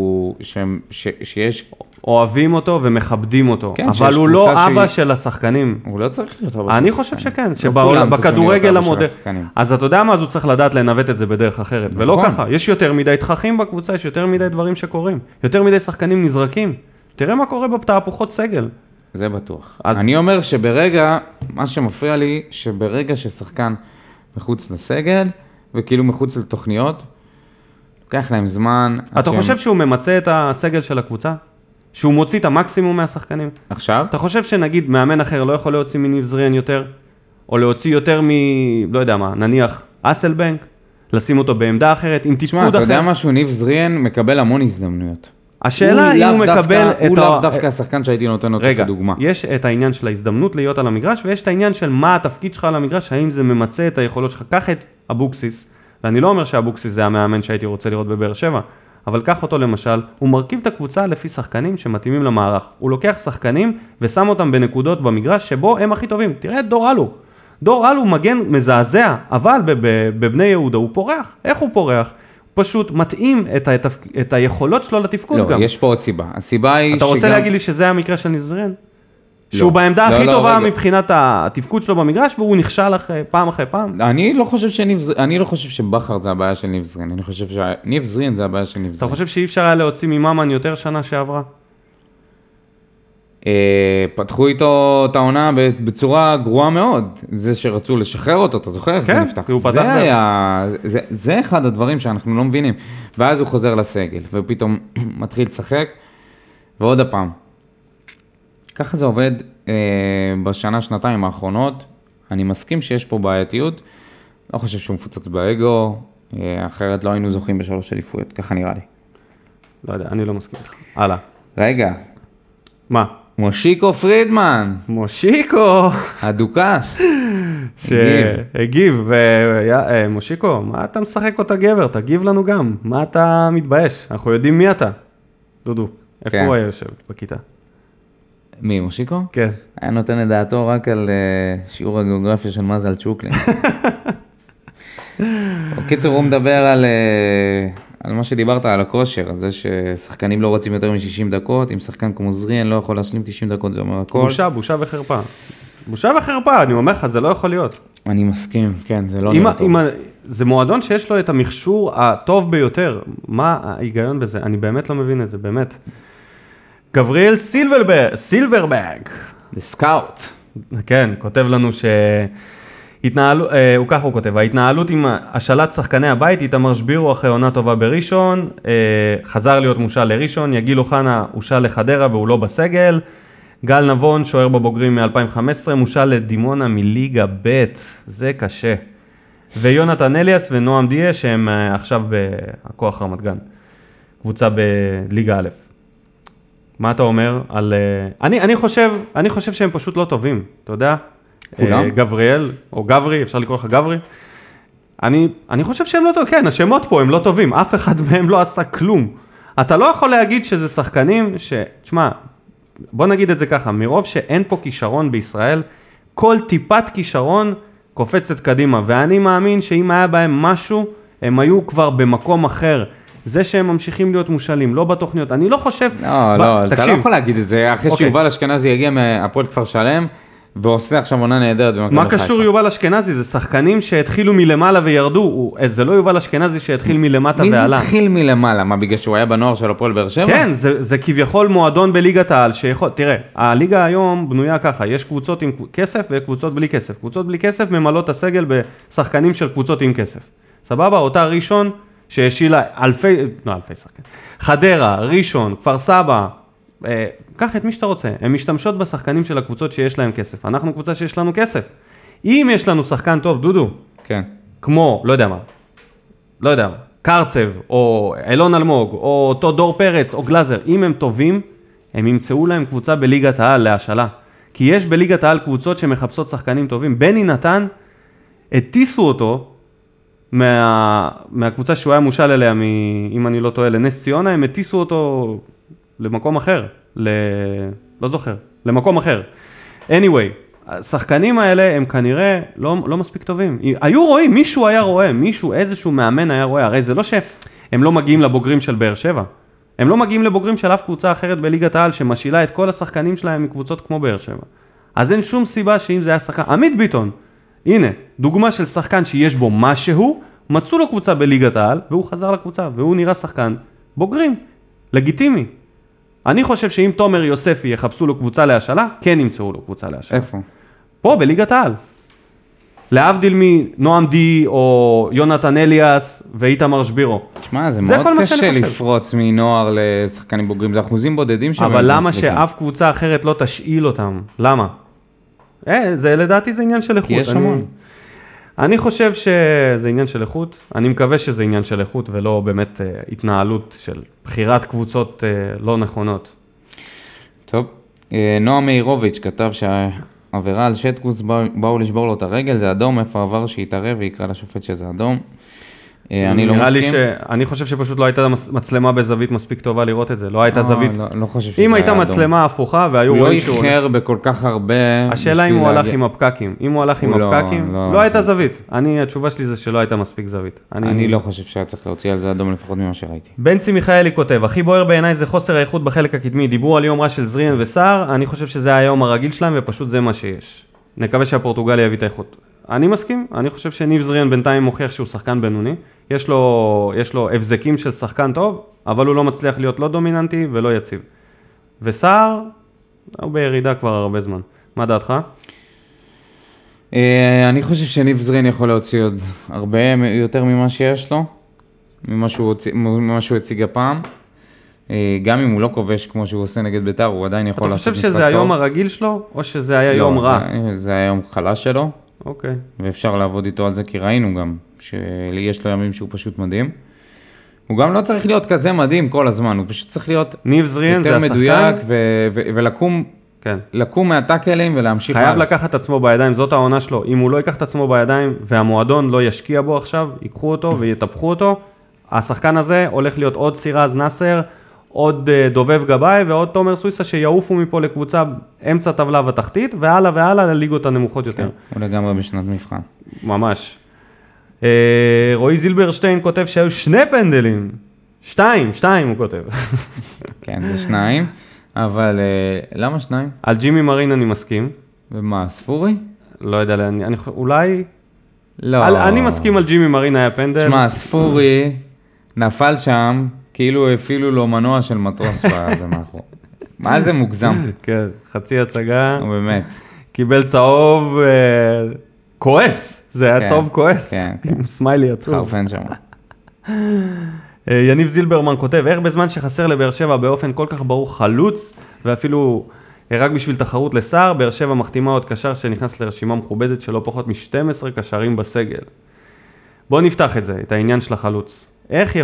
שיש... אוהבים אותו ומכבדים אותו, כן, אבל הוא לא אבא של השחקנים. הוא לא צריך להיות אבא של השחקנים. אני חושב שכן, שבכדורגל המודרני. אז אתה יודע מה, אז הוא צריך לדעת לנווט את זה בדרך אחרת, ולא ככה. יש יותר מדי תככים בקבוצה, יש יותר מדי דברים שקורים, יותר מדי שחקנים נזרקים. תראה מה קורה בתהפוכות סגל. זה בטוח. אני אומר שברגע, מה שמפריע לי, שברגע ששחקן מחוץ לסגל, וכאילו מחוץ לתוכניות, לוקח להם זמן. אתה חושב שהוא ממצא את הסגל של הקבוצה? שהוא מוציא את המקסימום מהשחקנים? עכשיו? אתה חושב שנגיד מאמן אחר לא יכול להוציא מניב זריאן יותר? או להוציא יותר לא יודע מה, נניח אסלבנק? לשים אותו בעמדה אחרת, עם תפקוד אחר? אתה יודע משהו, ניב זריאן מקבל המון הזדמנויות. השאלה אם הוא מקבל את הוא לאו דווקא השחקן שהייתי נותן אותו כדוגמה. רגע, יש את העניין של ההזדמנות להיות על המגרש, ויש את העניין של מה התפקיד שלך על המגרש, האם זה ממצא את היכולות שלך. קח את אבוקסיס, ואני לא אומר שאבוקסיס זה המאמן שהייתי רוצה לראות בבאר שבע, אבל קח אותו למשל, הוא מרכיב את הקבוצה לפי שחקנים שמתאימים למערך. הוא לוקח שחקנים ושם אותם בנקודות במגרש שבו הם הכי טובים. תראה את דור אלו. דור אלו מגן מזעזע, אבל בבני יהודה הוא פורח. איך הוא פורח? פשוט מתאים את היכולות שלו לתפקוד גם. לא, יש פה עוד סיבה. הסיבה היא אתה רוצה להגיד לי שזה המקרה של נזריאן? שהוא בעמדה הכי טובה מבחינת התפקוד שלו במגרש, והוא נכשל פעם אחרי פעם? אני לא חושב שבחר זה הבעיה של ניב זרין. אני חושב שניב זרין זה הבעיה של ניב זרין. אתה חושב שאי אפשר היה להוציא מממן יותר שנה שעברה? פתחו איתו את העונה בצורה גרועה מאוד. זה שרצו לשחרר אותו, אתה זוכר איך זה נפתח? זה אחד הדברים שאנחנו לא מבינים. ואז הוא חוזר לסגל, ופתאום מתחיל לשחק, ועוד הפעם. ככה זה עובד בשנה, שנתיים האחרונות. אני מסכים שיש פה בעייתיות. לא חושב שהוא מפוצץ באגו, אחרת לא היינו זוכים בשלוש אליפויות, ככה נראה לי. לא יודע, אני לא מסכים איתך. הלאה. רגע. מה? מושיקו פרידמן. מושיקו. הדוקס. שהגיב. מושיקו, מה אתה משחק אותה גבר? תגיב לנו גם. מה אתה מתבייש? אנחנו יודעים מי אתה. דודו, איפה הוא היה יושב בכיתה? מי, מושיקו? כן. היה נותן את דעתו רק על שיעור הגיאוגרפיה של מזל צ'וקלין. בקיצור, הוא מדבר על מה שדיברת, על הכושר, על זה ששחקנים לא רוצים יותר מ-60 דקות, אם שחקן כמו זריאן לא יכול להשלים 90 דקות, זה אומר הכל. בושה וחרפה. בושה וחרפה, אני אומר לך, זה לא יכול להיות. אני מסכים, כן, זה לא נראה טוב. זה מועדון שיש לו את המכשור הטוב ביותר. מה ההיגיון בזה? אני באמת לא מבין את זה, באמת. גבריאל סילברברג. The Scout. כן, כותב לנו הוא ככה הוא כותב, ההתנהלות עם השאלת שחקני הבית, איתמר שבירו אחרי עונה טובה בראשון, חזר להיות מושל לראשון, יגיל אוחנה הושל לחדרה והוא לא בסגל, גל נבון שוער בבוגרים מ-2015, מושל לדימונה מליגה ב', זה קשה. ויונתן אליאס ונועם דיה שהם עכשיו בהכוח רמת גן, קבוצה בליגה א'. מה אתה אומר על... אני חושב שהם פשוט לא טובים, אתה יודע? כולם? גבריאל, או גברי, אפשר לקרוא לך גברי. אני חושב שהם לא טובים, כן, השמות פה הם לא טובים, אף אחד מהם לא עשה כלום. אתה לא יכול להגיד שזה שחקנים תשמע, בוא נגיד את זה ככה, מרוב שאין פה כישרון בישראל, כל טיפת כישרון קופצת קדימה, ואני מאמין שאם היה בהם משהו, הם היו כבר במקום אחר. זה שהם ממשיכים להיות מושלים, לא בתוכניות, אני לא חושב... לא, אתה לא יכול להגיד את זה, אחרי שיובל אשכנזי יגיע מהפועל כפר שלם, ועושה עכשיו עונה נהדרת במכבי חיפה. מה קשור יובל אשכנזי? זה שחקנים שהתחילו מלמעלה וירדו, זה לא יובל אשכנזי שהתחיל מלמטה ועלה. מי זה התחיל מלמעלה? מה, בגלל שהוא היה בנוער של הפועל באר שבע? כן, זה כביכול מועדון בליגת העל, שיכול, תראה, הליגה היום בנויה ככה, יש קבוצות עם כסף וקבוצות בלי כסף. קבוצות בלי כסף ממלאות הסגל בשחקנים של קבוצות עם כסף. סבבה? אותה ראשון שהשילה אלפי שחקנים. חדרה, ראשון, כפר סבא, קח את מי שאתה רוצה, הן משתמשות בשחקנים של הקבוצות שיש להם כסף, אנחנו קבוצה שיש לנו כסף. אם יש לנו שחקן טוב, דודו, כן. כמו, לא יודע מה, קרצב, או אלון אלמוג, או אותו דור פרץ, או גלזר, אם הם טובים, הם ימצאו להם קבוצה בליגת העל להשאלה. כי יש בליגת העל קבוצות שמחפשות שחקנים טובים. בני נתן, הטיסו אותו מהקבוצה שהוא היה מושל אליה, אם אני לא טועה, לנס ציונה, הם הטיסו אותו למקום אחר, לא זוכר, למקום אחר. anyway, השחקנים האלה הם כנראה לא מספיק טובים. היו רואים, מישהו היה רואה, איזשהו מאמן היה רואה, הרי זה לא שהם לא מגיעים לבוגרים של באר שבע, הם לא מגיעים לבוגרים של אף קבוצה אחרת בליגת העל, שמשילה את כל השחקנים שלהם מקבוצות כמו באר שבע. אז אין שום סיבה שאם זה היה שחקן, עמית ביטון, הנה, דוגמה של שחקן שיש בו משהו, מצאו לו קבוצה בליגת העל, והוא חזר לקבוצה, והוא נראה שחקן בוגרים, לגיטימי. אני חושב שאם תומר יוספי יחפשו לו קבוצה להשאלה, כן ימצאו לו קבוצה להשאלה. איפה? פה, בליגת העל. להבדיל מנועם די, או יונתן אליאס, ואיתמר שבירו. תשמע, זה מאוד קשה לפרוץ מנוער לשחקנים בוגרים, זה אחוזים בודדים שהם... אבל למה שאף קבוצה אחרת לא תשאיל אותם? למה? לדעתי זה עניין של איכות. כי יש המון. אני חושב שזה עניין של איכות, אני מקווה שזה עניין של איכות ולא באמת התנהלות של בחירת קבוצות לא נכונות. טוב, נועה מאירוביץ' כתב שהעבירה על שטקוס באו לשבור לו את הרגל, זה אדום, איפה עבר שיתערב ויקרא לשופט שזה אדום. אני לא מסכים. אני חושב שפשוט לא הייתה מצלמה בזווית מספיק טובה לראות את זה, לא הייתה זווית. לא חושב שזה היה אם אדום. הייתה מצלמה הפוכה והיו הוא לא רואים שהוא... איחר בכל כך הרבה... השאלה אם הוא הלך עם הפקקים. אם הוא הלך עם הפקקים, לא הייתה זווית. התשובה שלי זה שלא הייתה מספיק זווית. אני לא חושב שהיה צריך להוציא על זה אדום לפחות ממה שראיתי. בנצי מיכאלי כותב, הכי בוער בעיניי זה חוסר האיכות בחלק הקדמי. דיברו על יום רע של זריאן וסער, אני חושב שזה היום הרגיל שלהם ופשוט זה מה שיש. נקווה שהפורטוגל יביא את האיכות. אני מסכים, אני חושב שניב זריאן בינתיים מוכיח שהוא שחקן בינוני. יש לו הבזקים של שחקן טוב, אבל הוא לא מצליח להיות לא דומיננטי ולא יציב. וסער, הוא בירידה כבר הרבה זמן. מה דעתך? אני חושב שניב זריאן יכול להוציא עוד הרבה יותר ממה שיש לו, ממה שהוא הציג הפעם. גם אם הוא לא כובש כמו שהוא עושה נגד בית"ר, הוא עדיין יכול לעשות משחק טוב. אתה חושב שזה היום הרגיל שלו, או שזה היה יום רע? זה היה יום חלש שלו. אוקיי. ואפשר לעבוד איתו על זה, כי ראינו גם שיש לו ימים שהוא פשוט מדהים. הוא גם לא צריך להיות כזה מדהים כל הזמן, הוא פשוט צריך להיות יותר מדויק ולקום לקום מהטאקלים ולהמשיך. חייב לקחת את עצמו בידיים, זאת העונה שלו. אם הוא לא ייקח את עצמו בידיים והמועדון לא ישקיע בו עכשיו, ייקחו אותו ויטפחו אותו, השחקן הזה הולך להיות עוד סירז נאסר, עוד דובב גבאי ועוד תומר סוויסה שיעופו מפה לקבוצה אמצע טבלה ותחתית, והלאה והלאה לליגות הנמוכות יותר. הוא לגמרי בשנת מבחן. ממש. רועי זילברשטיין כותב שהיו 2 פנדלים. 2 הוא כותב. כן, זה 2, אבל למה 2? על ג'ימי מרין אני מסכים. ומה, ספורי? לא יודע, אולי... לא. אני מסכים על ג'ימי מרין היה פנדל. תשמע, ספורי נפל שם, כאילו הפעילו לו מנוע של מטוס בזה מאחור. מה זה מוגזם? כן, חצי הצגה. באמת. קיבל צהוב כועס, זה היה צהוב כועס. כן. עם סמיילי עצוב. חרפן שם. יניב זילברמן כותב, איך בזמן שחסר לבאר שבע באופן כל כך ברור חלוץ, ואפילו רק בשביל תחרות לסער, באר שבע מחתימה עוד קשר שנכנס לרשימה מכובדת שלא פחות מ-12 קשרים בסגל. בוא נפתח את זה, את העניין של החלוץ. איך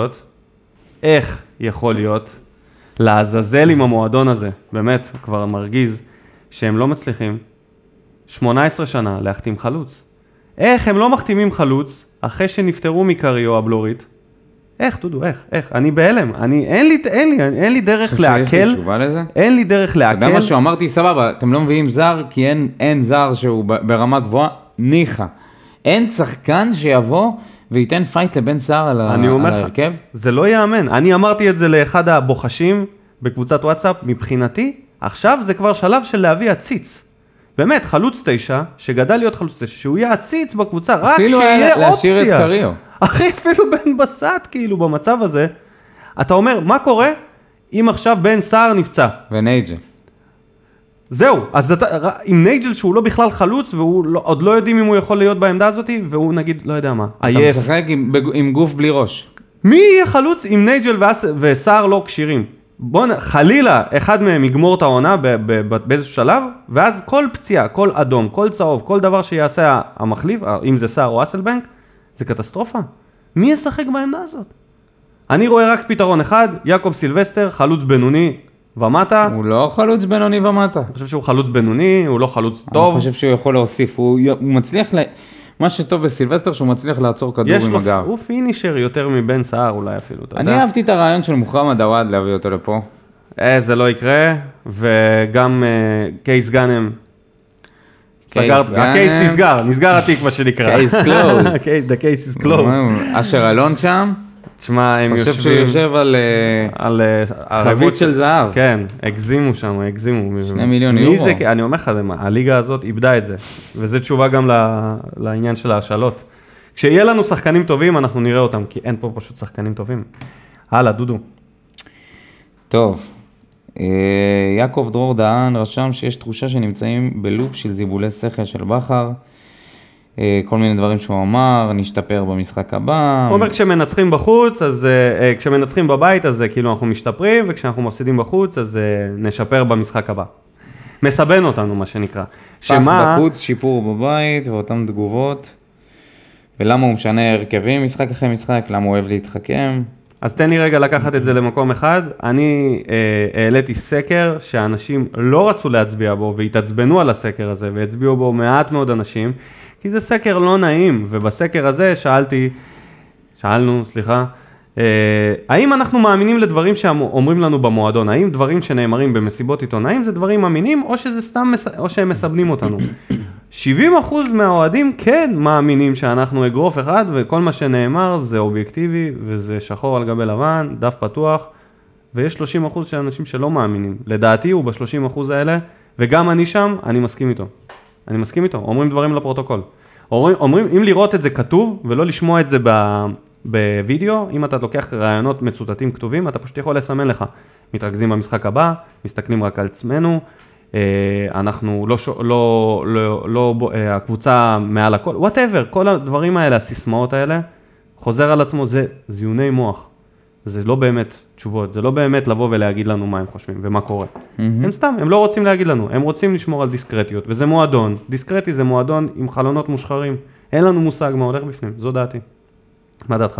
יכול להיות לעזאזל עם המועדון הזה, באמת, כבר מרגיז, שהם לא מצליחים 18 שנה להחתים חלוץ. איך הם לא מחתימים חלוץ אחרי שנפטרו מקריו הבלורית? איך, דודו, איך? אני בהלם, אין לי דרך להקל. שיש לי תשובה לזה? אין לי דרך להקל. אתה יודע משהו, אמרתי, סבבה, אתם לא מביאים זר, כי אין זר שהוא ברמה גבוהה, ניחה. אין שחקן שיבוא וייתן פייט לבן סער על ההרכב? זה לא יאמן. אני אמרתי את זה לאחד הבוחשים בקבוצת וואטסאפ, מבחינתי, עכשיו זה כבר שלב של להביא עציץ. באמת, חלוץ 9, שגדל להיות חלוץ 9, שהוא יהיה עציץ בקבוצה, רק שיהיה אופציה. להשאיר את קריו. אחי, אפילו בן בסט, כאילו, במצב הזה, אתה אומר, מה קורה אם עכשיו בן סער נפצע? ונייג'ל. זהו, אז עם נייג'ל שהוא לא בכלל חלוץ, ועוד לא יודעים אם הוא יכול להיות בעמדה הזאת, והוא נגיד, לא יודע מה, עייף. אתה משחק עם גוף בלי ראש. מי יהיה חלוץ אם נייג'ל וסער לא קשירים? חלילה, אחד מהם יגמור את העונה באיזשהו שלב, ואז כל פציעה, כל אדום, כל צהוב, כל דבר שיעשה המחליף, אם זה סער או אסלבנק, זה קטסטרופה. מי ישחק בעמדה הזאת? אני רואה רק פתרון אחד, יעקב סילבסטר, חלוץ בינוני ומטה. הוא לא חלוץ בינוני ומטה. אני חושב שהוא חלוץ בינוני, הוא לא חלוץ טוב. אני חושב שהוא יכול להוסיף, הוא מצליח, מה שטוב בסילבסטר שהוא מצליח לעצור כדור עם הגב. הוא פינישר יותר מבן סער אולי אפילו, אתה יודע. אני אהבתי את הרעיון של מוחמד עוואד להביא אותו לפה. זה לא יקרה, וגם קייס גאנם. הקייס נסגר התיק מה שנקרא. קייס קלוז. The case is closed. אשר אלון שם. תשמע, הם יושבים... חושב שהוא יושב על חבית של זהב. כן, הגזימו שם, הגזימו. 2 מיליון יורו. אני אומר לך, הליגה הזאת איבדה את זה. וזו תשובה גם לעניין של ההשאלות. כשיהיה לנו שחקנים טובים, אנחנו נראה אותם, כי אין פה פשוט שחקנים טובים. הלאה, דודו. טוב. יעקב דרור דהן רשם שיש תחושה שנמצאים בלופ של זיבולי שכל של בכר. כל מיני דברים שהוא אמר, נשתפר במשחק הבא. הוא אומר כשמנצחים בחוץ, אז כשמנצחים בבית, אז כאילו אנחנו משתפרים, וכשאנחנו מפסידים בחוץ, אז נשפר במשחק הבא. מסבן אותנו, מה שנקרא. פח בחוץ, שיפור בבית, ואותן תגובות. ולמה הוא משנה הרכבים משחק אחרי משחק, למה הוא אוהב להתחכם. אז תן לי רגע לקחת את זה למקום אחד. אני העליתי סקר שאנשים לא רצו להצביע בו והתעצבנו על הסקר הזה והצביעו בו מעט מאוד אנשים, כי זה סקר לא נעים, ובסקר הזה שאלנו, האם אנחנו מאמינים לדברים שאומרים לנו במועדון? האם דברים שנאמרים במסיבות עיתונאים זה דברים אמינים, או שזה סתם, או שהם מסבנים אותנו? 70% מהאוהדים כן מאמינים שאנחנו אגרוף אחד, וכל מה שנאמר זה אובייקטיבי, וזה שחור על גבי לבן, דף פתוח, ויש 30% של אנשים שלא מאמינים. לדעתי הוא ב-30% האלה, וגם אני שם, אני מסכים איתו. אני מסכים איתו, אומרים דברים לפרוטוקול. אומרים, אם לראות את זה כתוב, ולא לשמוע את זה בווידאו, אם אתה לוקח רעיונות מצוטטים כתובים, אתה פשוט יכול לסמן לך. מתרכזים במשחק הבא, מסתכלים רק על עצמנו, אנחנו לא הקבוצה מעל הכל, whatever, כל הדברים האלה, הסיסמאות האלה, חוזר על עצמו, זה זיוני מוח. זה לא באמת תשובות, זה לא באמת לבוא ולהגיד לנו מה הם חושבים ומה קורה. הם סתם, הם לא רוצים להגיד לנו, הם רוצים לשמור על דיסקרטיות, וזה מועדון. דיסקרטי זה מועדון עם חלונות מושחרים. אין לנו מושג מה הולך בפנים, זו דעתי. מה דעתך?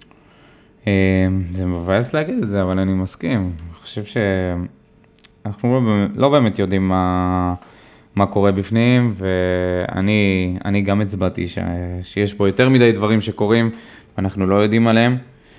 זה מבאס להגיד את זה, אבל אני מסכים. אני חושב שאנחנו לא באמת יודעים מה קורה בפנים, ואני גם הצבעתי שיש פה יותר מדי דברים שקורים, ואנחנו לא יודעים עליהם.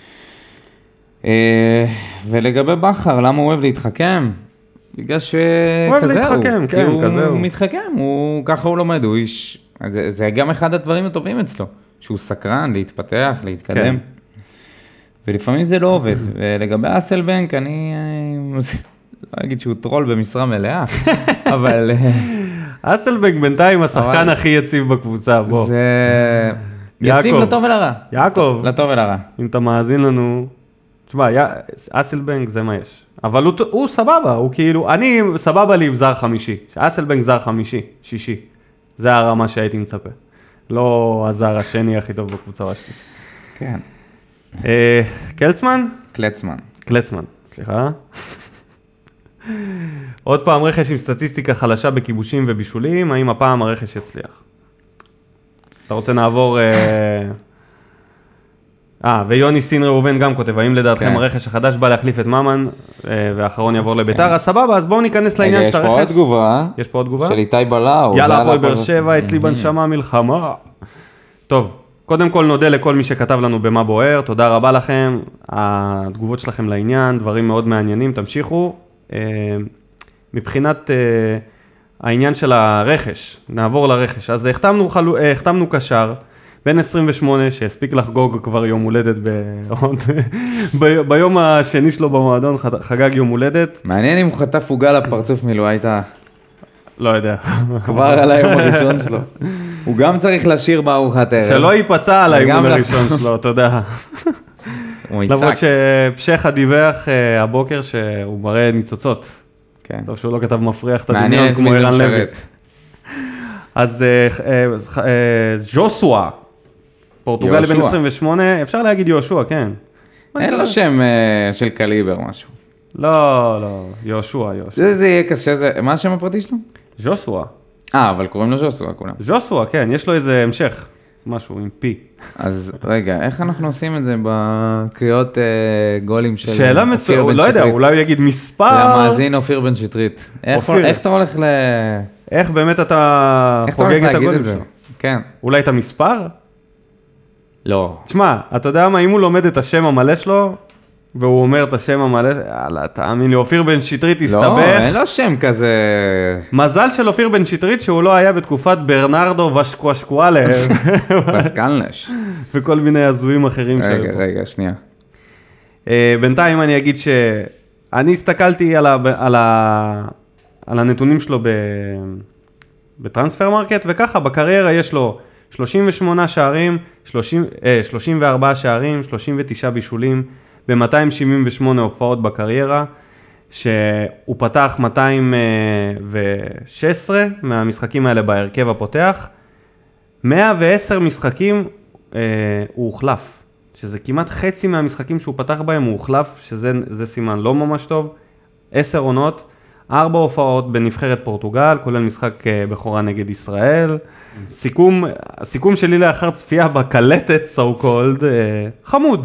ולגבי בכר, למה הוא אוהב להתחכם? בגלל שכזה הוא. כן, כזה הוא. הוא מתחכם, ככה הוא לומד, זה גם אחד הדברים הטובים אצלו, שהוא סקרן, להתפתח, להתקדם. ולפעמים זה לא עובד. ולגבי אסלבנק, אני לא אגיד שהוא טרול במשרה מלאה, אבל... אסלבנק בינתיים השחקן הכי יציב בקבוצה, בוא. זה... יציב לטוב ולרע. יעקב. לטוב ולרע. אם אתה מאזין לנו... תשמע, אסלבנק זה מה יש. אבל הוא סבבה, הוא כאילו... אני סבבה לי עם זר חמישי. אסלבנק זר חמישי, שישי. זה הרמה שהייתי מצפה. לא הזר השני הכי טוב בקבוצה השני. כן. קלצמן? קלצמן, סליחה. עוד פעם רכש עם סטטיסטיקה חלשה בכיבושים ובישולים, האם הפעם הרכש יצליח? אתה רוצה נעבור... ויוני סין ראובן גם כותב, האם לדעתכם הרכש החדש בא להחליף את ממן, והאחרון יעבור לביתר, אז סבבה, אז בואו ניכנס לעניין של הרכש. יש פה עוד תגובה? של איתי בלאו. יאללה, הפועל באר שבע, אצלי בנשמה מלחמה. טוב, קודם כל נודה לכל מי שכתב לנו במה בוער, תודה רבה לכם, התגובות שלכם לעניין, דברים מאוד מעניינים, תמשיכו. מבחינת העניין של הרכש, נעבור לרכש, אז החתמנו קשר, בן 28 שהספיק לחגוג כבר יום הולדת ביום השני שלו במועדון, חגג יום הולדת. מעניין אם הוא חטף עוגה לפרצוף מילו, הייתה... לא יודע. כבר על היום הראשון שלו. הוא גם צריך לשיר בארוחת ערב. שלא ייפצע על האימון הראשון שלו, תודה. למרות שפשחה דיווח הבוקר שהוא מראה ניצוצות. טוב שהוא לא כתב מפריח את הדמיון כמו אירן לוי. אז ז'וסואה, פורטוגלי בן 28, אפשר להגיד יהושע, כן. אין לו שם של קליבר משהו. לא, יהושע. זה יהיה קשה, מה השם הפרטי שלו? ז'וסואה. אבל קוראים לו ז'וסואה כולם. ז'וסואה, כן, יש לו איזה המשך, משהו עם פי. אז רגע, איך אנחנו עושים את זה בקריאות גולים של שאלה אופיר בן שטרית? מצוין, לא יודע, אולי הוא יגיד מספר. למאזין אופיר בן שטרית. איך אתה הולך איך באמת אתה חוגג את הגולים שלו? כן. אולי את המספר? לא. תשמע, אתה יודע מה, אם הוא לומד את השם המלא שלו, והוא אומר את השם המלא, יאללה, תאמין לי, אופיר בן שטרית הסתבך. לא, אין לו שם כזה... מזל של אופיר בן שטרית שהוא לא היה בתקופת ברנרדו ושקואשקואלה. פסקלנש. וכל מיני הזויים אחרים שלו. רגע, שנייה. בינתיים אני אגיד שאני הסתכלתי על הנתונים שלו בטרנספר מרקט, וככה בקריירה יש לו 38 שערים, 34 שערים, 39 בישולים, ב-278 הופעות בקריירה, שהוא פתח 216 מהמשחקים האלה בהרכב הפותח, 110 משחקים הוא הוחלף, שזה כמעט חצי מהמשחקים שהוא פתח בהם הוא הוחלף, שזה סימן לא ממש טוב, 10 עונות, 4 הופעות בנבחרת פורטוגל, כולל משחק בכורה נגד ישראל. הסיכום שלי לאחר צפייה בקלטת, so called, חמוד.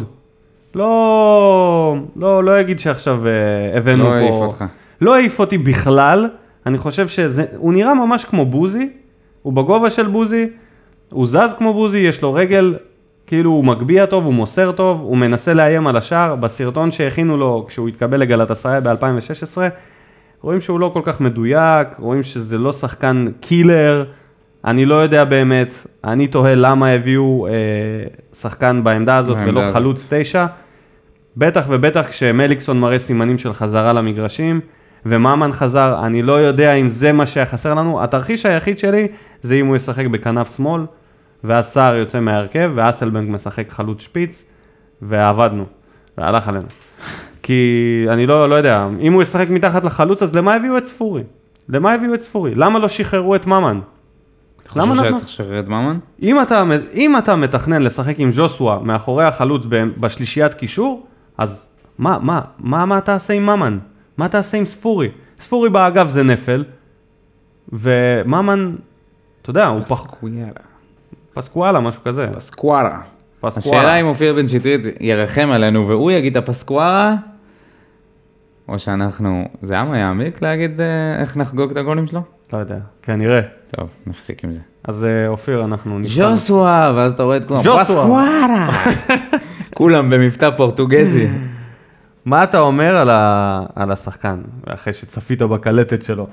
לא אגיד שעכשיו הבאנו פה... לא העיף אותך. לא העיף אותי בכלל. אני חושב הוא נראה ממש כמו בוזי, הוא בגובה של בוזי, הוא זז כמו בוזי, יש לו רגל, כאילו הוא מגביע טוב, הוא מוסר טוב, הוא מנסה לאיים על השאר. בסרטון שהכינו לו כשהוא התקבל לגלאטסראי ב-2016, רואים שהוא לא כל כך מדויק, רואים שזה לא שחקן קילר, אני לא יודע באמת, אני תוהה למה הביאו שחקן בעמדה הזאת ולא חלוץ 9, בטח ובטח כשמליקסון מראה סימנים של חזרה למגרשים, ומאמן חזר, אני לא יודע אם זה מה שהיה חסר לנו. התרחיש היחיד שלי זה אם הוא ישחק בכנף שמאל, ואז סער יוצא מהרכב, ואסלבנק משחק חלוץ שפיץ, ועבדנו, והלך עלינו. כי אני לא יודע, אם הוא ישחק מתחת לחלוץ, אז למה הביאו את ספורי? למה לא שחררו את מאמן? אתה חושב שהיה צריך לשחרר את מאמן? אם אתה מתכנן לשחק עם ז'וסווה מאחורי החלוץ בשלישיית קישור, אז מה תעשה עם מאמן? מה תעשה עם ספורי? ספורי באגב זה נפל, ומאמן, אתה יודע, הוא פסקואלה, משהו כזה. פסקוארה. השאלה אם אופיר בן שטרית ירחם עלינו והוא יגיד את הפסקוארה, או שאנחנו, זה היה יעמיק להגיד איך נחגוג את הגולים שלו? לא יודע, כנראה. טוב, נפסיק עם זה. אז אופיר, אנחנו ז'וסווה, ואז אתה רואה את כולם, פסקוארה. כולם במבטא פורטוגזי. מה אתה אומר על השחקן, אחרי שצפית בקלטת שלו?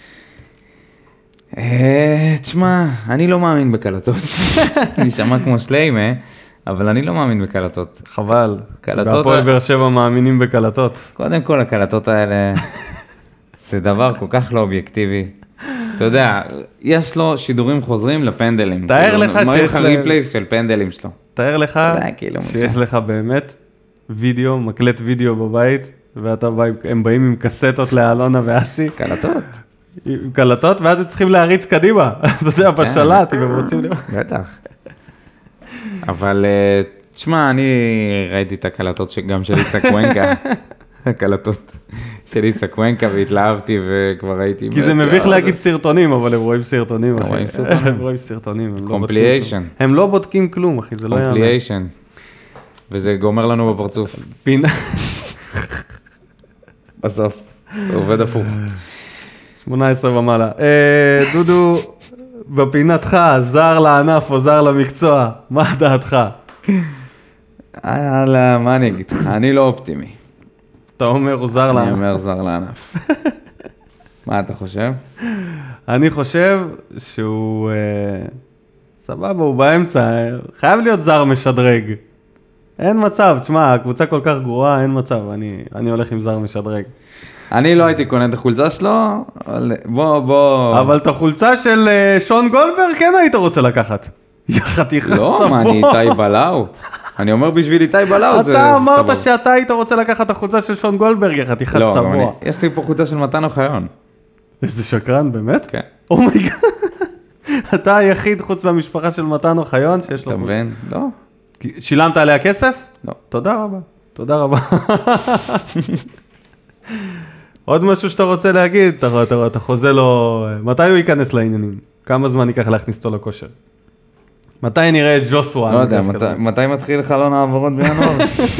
תשמע, אני לא מאמין בקלטות. אני שמע כמו שליימה, אבל אני לא מאמין בקלטות. חבל, בהפועל באר שבע מאמינים בקלטות. קודם כל, הקלטות האלה, זה דבר כל כך לא אובייקטיבי. אתה יודע, יש לו שידורים חוזרים לפנדלים. תאר לך שיש לך ריפלייס של פנדלים שלו. תאר לך שיש לך באמת וידאו, מקלט וידאו בבית, והם באים עם קסטות לאלונה ואסי. קלטות. עם קלטות, ואז הם צריכים להריץ קדימה. אתה יודע, בשלט, אם הם רוצים לראות. בטח. אבל, תשמע, אני ראיתי את הקלטות גם של איצה קוונקה. הקלטות של איצה קוונקה, והתלהבתי וכבר הייתי... כי זה מביך להגיד סרטונים, אבל הם רואים סרטונים. הם רואים סרטונים. קומפליישן. הם לא בודקים כלום, אחי, זה לא יאמן. קומפליישן. וזה גומר לנו בפרצוף. פינה. בסוף. זה עובד הפוך. 18 ומעלה. דודו, בפינתך, זר לענף או זר למקצוע, מה דעתך? מה אני אגיד לך? אני לא אופטימי. אתה אומר הוא זר לענף. אני אומר זר לענף. מה אתה חושב? אני חושב שהוא סבבה, הוא באמצע, חייב להיות זר משדרג. אין מצב, תשמע, הקבוצה כל כך גרועה, אין מצב, אני הולך עם זר משדרג. אני לא הייתי קונה את החולצה שלו, אבל בוא. אבל את החולצה של שון גולדברג כן היית רוצה לקחת. חתיכת סבוע. לא, מה, אני איתי בלאו. אני אומר בשביל איתי בלאו זה סבוע. אתה אמרת שאתה היית רוצה לקחת את החולצה של שון גולדברג, חתיכת סבוע. לא, יש לי פה חולצה של מתן אוחיון. איזה שקרן, באמת? כן. אומייגאד. אתה היחיד חוץ מהמשפחה של מתן אוחיון שיש לו... אתה מבין? לא. שילמת עליה כסף? לא. תודה רבה. עוד משהו שאתה רוצה להגיד, אתה חוזה לו, מתי הוא ייכנס לעניינים? כמה זמן ייקח להכניס אותו לכושר? מתי נראה את ג'וסווה? לא יודע, מתי מתחיל חלון העברות בינואר?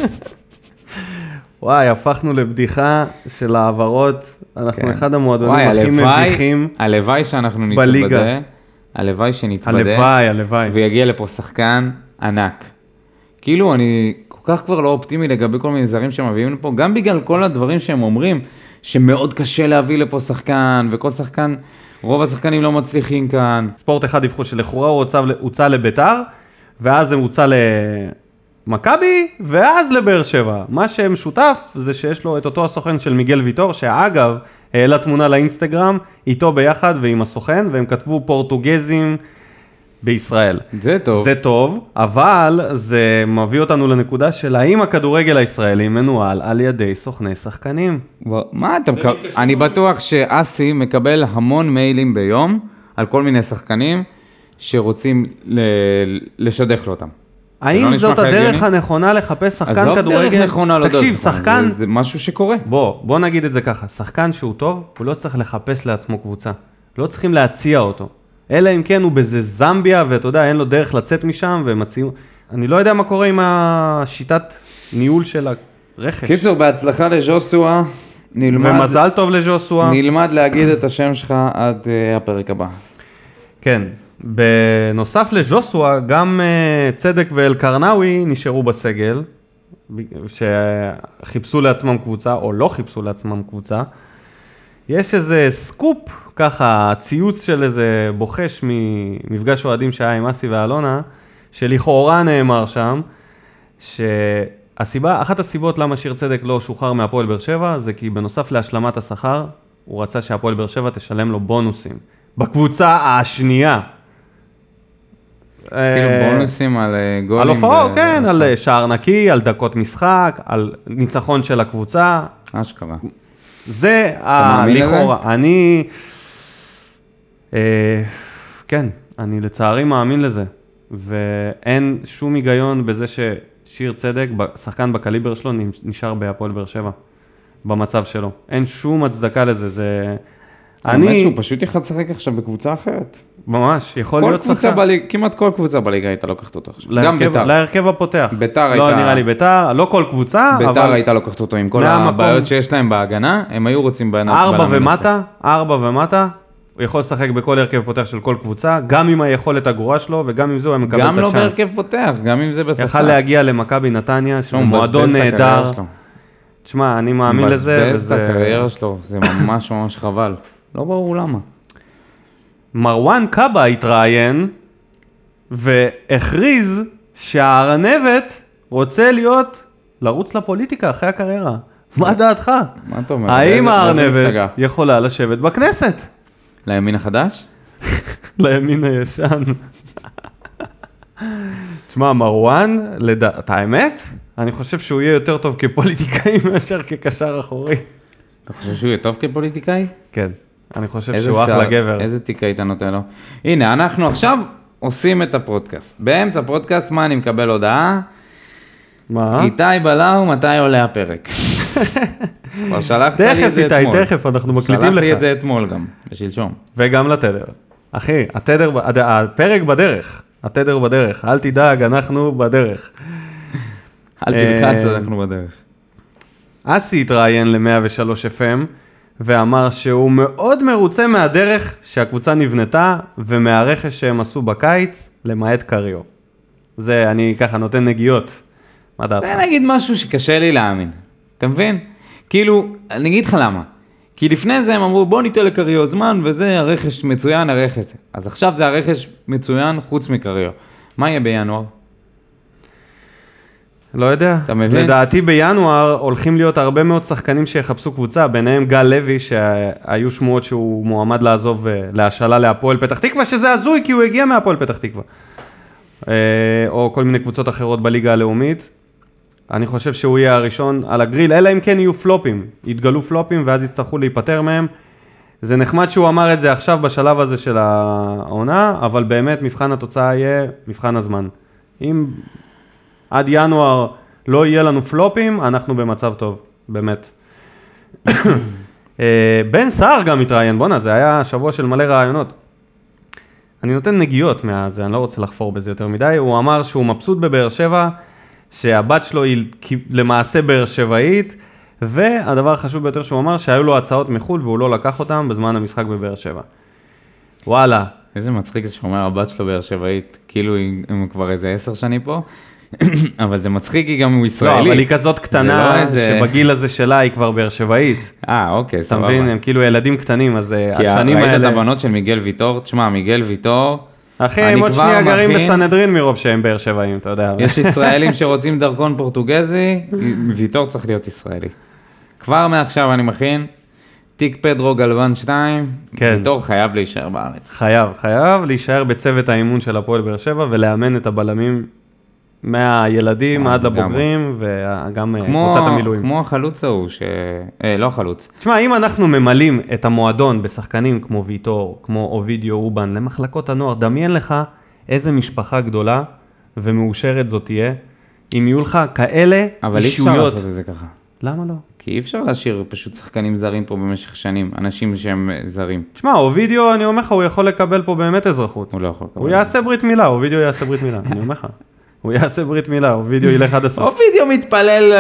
וואי, הפכנו לבדיחה של העברות, אנחנו אחד המועדונים הכי מביכים בליגה. הלוואי שאנחנו נתבדה, הלוואי שנתבדה, הלוואי. ויגיע לפה שחקן ענק. כאילו, אני כל כך כבר לא אופטימי לגבי כל מיני זרים שמביאים לפה, גם בגלל כל הדברים שהם אומרים, שמאוד קשה להביא לפה שחקן, וכל שחקן, רוב השחקנים לא מצליחים כאן. ספורט אחד דיווחו שלכאורה הוא הוצא לביתר, ואז הם הוצא למכבי, ואז לבאר שבע. מה שמשותף זה שיש לו את אותו הסוכן של מיגל ויטור, שאגב, העלה תמונה לאינסטגרם, איתו ביחד ועם הסוכן, והם כתבו פורטוגזים בישראל. זה טוב. זה טוב, אבל זה מביא אותנו לנקודה של האם הכדורגל הישראלי מנוהל על ידי סוכני שחקנים. מה אתה מקבל? אני בטוח שאסי מקבל המון מיילים ביום על כל מיני שחקנים שרוצים לשדך לו אותם. האם זאת הדרך הנכונה לחפש שחקן כדורגל? עזוב דרך נכונה, לא תקשיב, שחקן... זה משהו שקורה. בוא נגיד את זה ככה, שחקן שהוא טוב, הוא לא צריך לחפש לעצמו קבוצה. לא צריכים להציע אותו. אלא אם כן הוא באיזה זמביה, ואתה יודע, אין לו דרך לצאת משם, ומציעים... אני לא יודע מה קורה עם השיטת ניהול של הרכש. קיצור, בהצלחה לז'וסואה. ומזל טוב לז'וסואה. נלמד להגיד את השם שלך עד הפרק הבא. כן. בנוסף לז'וסואה, גם צדק ואל-קרנאווי נשארו בסגל, שחיפשו לעצמם קבוצה, או לא חיפשו לעצמם קבוצה. יש איזה סקופ, ככה, ציוץ של איזה בוחש ממפגש אוהדים שהיה עם אסי ואלונה, שלכאורה נאמר שם, אחת הסיבות למה שיר צדק לא שוחרר מהפועל באר שבע, זה כי בנוסף להשלמת השכר, הוא רצה שהפועל באר שבע תשלם לו בונוסים. בקבוצה השנייה. כאילו בונוסים על גולים. על הופעות, כן, על שער נקי, על דקות משחק, על ניצחון של הקבוצה. אשכרה. זה לכאורה. כן, אני לצערי מאמין לזה. ואין שום היגיון בזה ששיר צדק, שחקן בקליבר שלו, נשאר בהפועל באר שבע. במצב שלו. אין שום הצדקה לזה. זה... האמת שהוא פשוט יכול לשחק עכשיו בקבוצה אחרת. ממש, יכול להיות שחקן. כמעט כל קבוצה בליגה הייתה לוקחת אותו עכשיו. גם ביתר. להרכב הפותח. ביתר הייתה... לא, נראה לי ביתר, לא כל קבוצה, אבל... ביתר הייתה לוקחת אותו עם כל הבעיות שיש להם בהגנה, הם היו רוצים בלם. 4 ומטה, הוא יכול לשחק בכל הרכב פותח של כל קבוצה, גם עם היכולת הגרועה שלו, וגם עם זה הוא מקבל את הצ'אנס. גם לא בהרכב פותח, גם אם זה בספסל. יכל להגיע למכבי נתניה, שהוא מועדון נהדר. תשמע, אני מאמין לזה. מבזבז את הקריירה שלו, זה ממש ממש חבל. לא ברור למה. מרואן קאבה התראיין, והכריז שהארנבת רוצה לרוץ לפוליטיקה אחרי הקריירה. מה דעתך? מה אתה אומר? האם הארנבת יכולה לשבת בכנסת? לימין החדש? לימין הישן. תשמע, מרואן, אתה האמת? אני חושב שהוא יהיה יותר טוב כפוליטיקאי מאשר כקשר אחורי. אתה חושב שהוא יהיה טוב כפוליטיקאי? כן. אני חושב שהוא אחלה גבר. איזה תיק היית נותן לו? הנה, אנחנו עכשיו עושים את הפודקאסט. באמצע הפודקאסט, מה אני מקבל הודעה? מה? איתי בלאו, מתי עולה הפרק? כבר שלחת לי את זה אתמול. תכף, איתי, תכף, אנחנו מקליטים לך. שלח לי את זה אתמול גם, בשלשום. וגם לתדר. אחי, הפרק בדרך. התדר בדרך. אל תדאג, אנחנו בדרך. אל תלחץ, אנחנו בדרך. אסי התראיין ל-103 FM, ואמר שהוא מאוד מרוצה מהדרך שהקבוצה נבנתה, ומהרכש שהם עשו בקיץ, למעט קריו. זה, אני ככה נותן נגיעות. מה דעתך? זה נגיד משהו שקשה לי להאמין. אתה מבין? כאילו, אני אגיד לך למה. כי לפני זה הם אמרו, בוא ניתן לקריו זמן, וזה הרכש מצוין, הרכש. אז עכשיו זה הרכש מצוין חוץ מקריו. מה יהיה בינואר? לא יודע. אתה מבין? לדעתי בינואר הולכים להיות הרבה מאוד שחקנים שיחפשו קבוצה, ביניהם גל לוי, שהיו שמועות שהוא מועמד לעזוב להשאלה להפועל פתח תקווה, שזה הזוי כי הוא הגיע מהפועל פתח תקווה. או כל מיני קבוצות אחרות בליגה הלאומית. אני חושב שהוא יהיה הראשון על הגריל, אלא אם כן יהיו פלופים. יתגלו פלופים ואז יצטרכו להיפטר מהם. זה נחמד שהוא אמר את זה עכשיו בשלב הזה של העונה, אבל באמת מבחן התוצאה יהיה מבחן הזמן. אם עד ינואר לא יהיה לנו פלופים, אנחנו במצב טוב, באמת. בן סער גם התראיין, בונה, זה היה שבוע של מלא רעיונות. אני נותן נגיעות מהזה, אני לא רוצה לחפור בזה יותר מדי. הוא אמר שהוא מבסוט בבאר שבע, שהבת שלו היא למעשה באר שבעית, והדבר החשוב ביותר שהוא אמר, שהיו לו הצעות מחול והוא לא לקח אותם בזמן המשחק בבאר שבע. וואלה. איזה מצחיק זה שאומר, הבת שלו באר שבעית, כאילו הם כבר איזה 10 שנים פה, אבל זה מצחיק, כי גם הוא ישראלי. לא, אבל היא כזאת קטנה, שבגיל הזה שלה היא כבר באר שבעית. אוקיי, סבבה. אתה מבין, הם כאילו ילדים קטנים, אז השנים האלה... כי ראית את הבנות של מיגל ויטור, תשמע, מיגל ויטור... אחי, הם עוד שנייה גרים בסנהדרין מרוב שהם באר שבעים, אתה יודע. יש ישראלים שרוצים דרכון פורטוגזי, ויטור צריך להיות ישראלי. כבר מעכשיו אני מכין, תיק פדרו גלוון 2, ויטור חייב להישאר בארץ. חייב להישאר בצוות האימון של הפועל באר שבע, ולאמן את הבלמים מהילדים עד לבוגרים, וגם קבוצת המילואים. כמו החלוץ ההוא, לא החלוץ. תשמע, אם אנחנו ממלאים את המועדון בשחקנים כמו ויטור, כמו אובידיו אובן, למחלקות הנוער, דמיין לך איזה משפחה גדולה ומאושרת זאת תהיה, אם יהיו לך כאלה אבל אי אפשר אישויות. לעשות את זה ככה. למה לא? כי אי אפשר להשאיר פשוט שחקנים זרים פה במשך שנים, אנשים שהם זרים. תשמע, אובידיו, אני אומר לך, הוא יכול לקבל פה באמת אזרחות. הוא לא יכול לקבל. הוא יעשה ברית מילה, אובידיו יעשה ברית מילה, אני אומר לך. הוא יעשה ברית מילה, אובידיו ילך עד הסוף. אובידיו מתפלל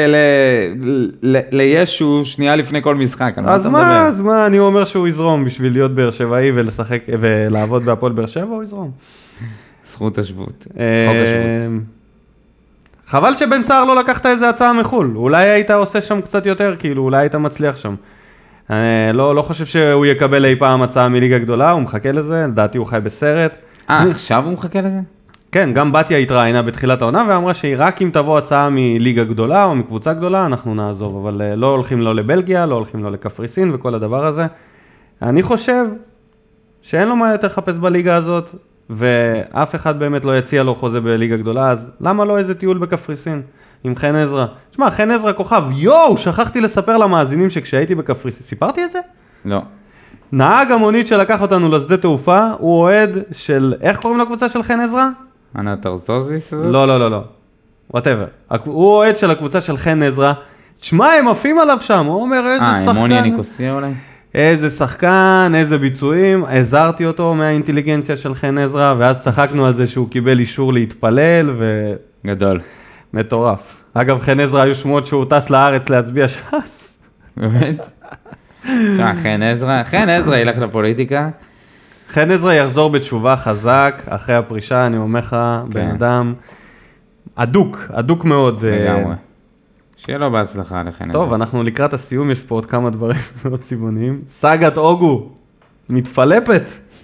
לישו שנייה לפני כל משחק. אז מה, אני אומר שהוא יזרום בשביל להיות באר שבעי ולשחק ולעבוד בהפועל באר שבע, הוא יזרום. זכות השבות, חוק השבות. חבל שבן סער לא לקחת איזה הצעה מחול, אולי היית עושה שם קצת יותר, כאילו אולי היית מצליח שם. לא חושב שהוא יקבל אי פעם הצעה מליגה גדולה, הוא מחכה לזה, לדעתי הוא חי בסרט. עכשיו הוא מחכה לזה? כן, גם בתיה התראיינה בתחילת העונה ואמרה שהיא רק אם תבוא הצעה מליגה גדולה או מקבוצה גדולה, אנחנו נעזוב, אבל לא הולכים לו לבלגיה, לא הולכים לו לקפריסין וכל הדבר הזה. אני חושב שאין לו מה יותר לחפש בליגה הזאת, ואף אחד באמת לא יציע לו חוזה בליגה גדולה, אז למה לא איזה טיול בקפריסין עם חן עזרא? תשמע, חן עזרא כוכב, שכחתי לספר למאזינים שכשהייתי בקפריסין, סיפרתי את זה? לא. נהג המונית שלקח אותנו לשדה תעופה, הוא אוהד של, איך קוראים לקבוצה של חן עזרא? אנטרזוזיס הזאת? לא. whatever. הוא אוהד של הקבוצה של חן עזרא. תשמע, הם עפים עליו שם, הוא אומר איזה שחקן. אמוניה ניקוסיה אולי? איזה שחקן, איזה ביצועים, עזרתי אותו מהאינטליגנציה של חן עזרא, ואז צחקנו על זה שהוא קיבל אישור להתפלל, גדול. מטורף. אגב, חן עזרא היו שמועות שהוא טס לארץ להצביע ש"ס. באמת? תשמע, חן עזרא ילך לפוליטיקה. חן עזרא יחזור בתשובה חזק, אחרי הפרישה, אני אומר לך, בן אדם, אדוק מאוד. לגמרי. שיהיה לו בהצלחה לחן עזרא. טוב, אנחנו לקראת הסיום, יש פה עוד כמה דברים מאוד צבעוניים. סאגת אוגו, מתפלפת.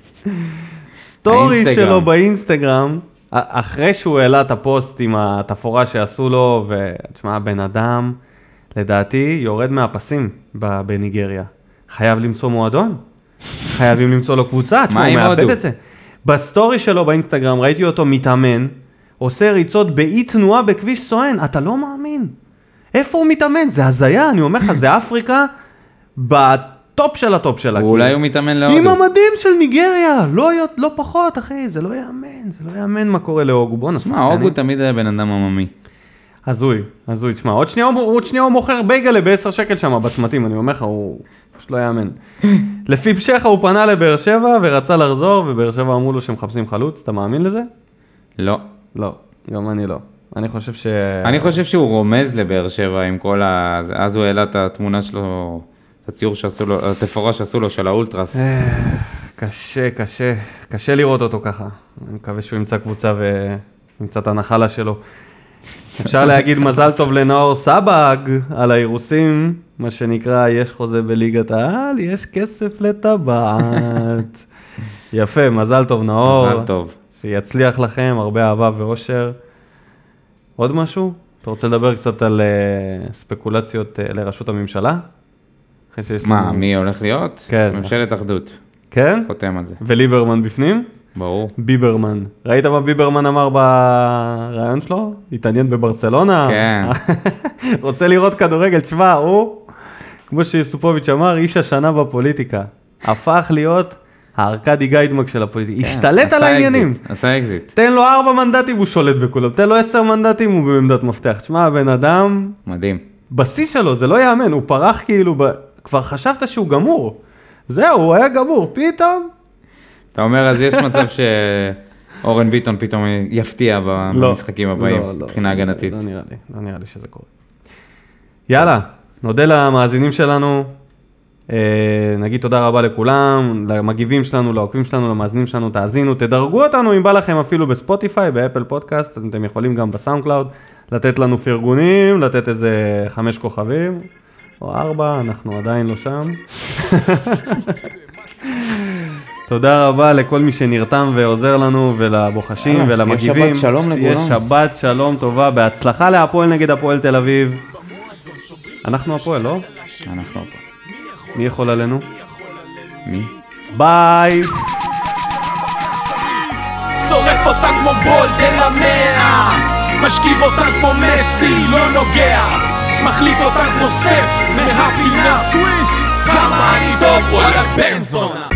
סטורי שלו באינסטגרם, אחרי שהוא העלה את הפוסט עם התפורה שעשו לו, ותשמע, בן אדם, לדעתי, יורד מהפסים בניגריה. חייב למצוא מועדון. חייבים למצוא לו קבוצה, תשמע, הוא מאבד את זה. בסטורי שלו באינסטגרם, ראיתי אותו מתאמן, עושה ריצות באי תנועה בכביש סואן, אתה לא מאמין. איפה הוא מתאמן? זה הזיה, אני אומר לך, זה אפריקה בטופ של הטופ שלה. אולי הוא מתאמן להודו. עם המדים של ניגריה, לא פחות, אחי, זה לא יאמן מה קורה להוגו. בוא נעשה. תשמע, הוגו תמיד היה בן אדם עממי. הזוי, תשמע, עוד שנייה הוא מוכר בייגלה ב10 שקל שם בצמתים, אני אומר לך, הוא פשוט לא יאמן. לפי פשחה הוא פנה לבאר שבע ורצה לחזור, ובאר שבע אמרו לו שמחפשים חלוץ, אתה מאמין לזה? לא. לא, גם אני לא. אני חושב שהוא רומז לבאר שבע עם כל אז הוא העלה את התמונה שלו, את הציור שעשו לו, התפורה שעשו לו של האולטרס. קשה לראות אותו ככה. אני מקווה שהוא ימצא קבוצה וימצא את הנחלה שלו. אפשר להגיד מזל טוב לנאור סבג על האירוסים, מה שנקרא, יש חוזה בליגת העל, יש כסף לטבעת. יפה, מזל טוב נאור. מזל טוב. שיצליח לכם, הרבה אהבה ואושר. עוד משהו? אתה רוצה לדבר קצת על ספקולציות לראשות הממשלה? מה, מי הולך להיות? כן. ממשלת אחדות. כן? חותם על זה. וליברמן בפנים? ברור. ביברמן. ראית מה ביברמן אמר ברעיון שלו? התעניין בברצלונה? כן. רוצה לראות כדורגל, תשמע, הוא, כמו שיסופוביץ' אמר, איש השנה בפוליטיקה. הפך להיות הארקדי גיידמק של הפוליטיקה. השתלט על העניינים. עשה אקזיט. תן לו 4 מנדטים, הוא שולט בכולם. תן לו 10 מנדטים, הוא בעמדת מפתח. תשמע, הבן אדם... מדהים. בשיא שלו, זה לא יאמן, הוא פרח כאילו, כבר חשבת שהוא גמור. זהו, הוא היה גמור, פתאום. אתה אומר, אז יש מצב שאורן ביטון פתאום יפתיע במשחקים הבאים, מבחינה הגנתית. לא נראה לי שזה קורה. יאללה, נודה למאזינים שלנו, נגיד תודה רבה לכולם, למגיבים שלנו, לעוקבים שלנו, למאזינים שלנו, תאזינו, תדרגו אותנו אם בא לכם אפילו בספוטיפיי, באפל פודקאסט, אתם יכולים גם בסאונד קלאוד, לתת לנו פרגונים, לתת איזה 5 כוכבים, או 4, אנחנו עדיין לא שם. תודה רבה לכל מי שנרתם ועוזר לנו, ולבוחשים ולמגיבים. שתהיה שבת שלום לכולם. תהיה שבת שלום טובה, בהצלחה להפועל נגד הפועל תל אביב. אנחנו הפועל, לא? אנחנו הפועל. מי יכול עלינו? מי? ביי! שורף אותה כמו בולדן למאה, משכיב אותה כמו מסי, לא נוגע, מחליט אותה כמו סטף, מהפינה סוויש, כמה אני טוב, וואלה בן זונה.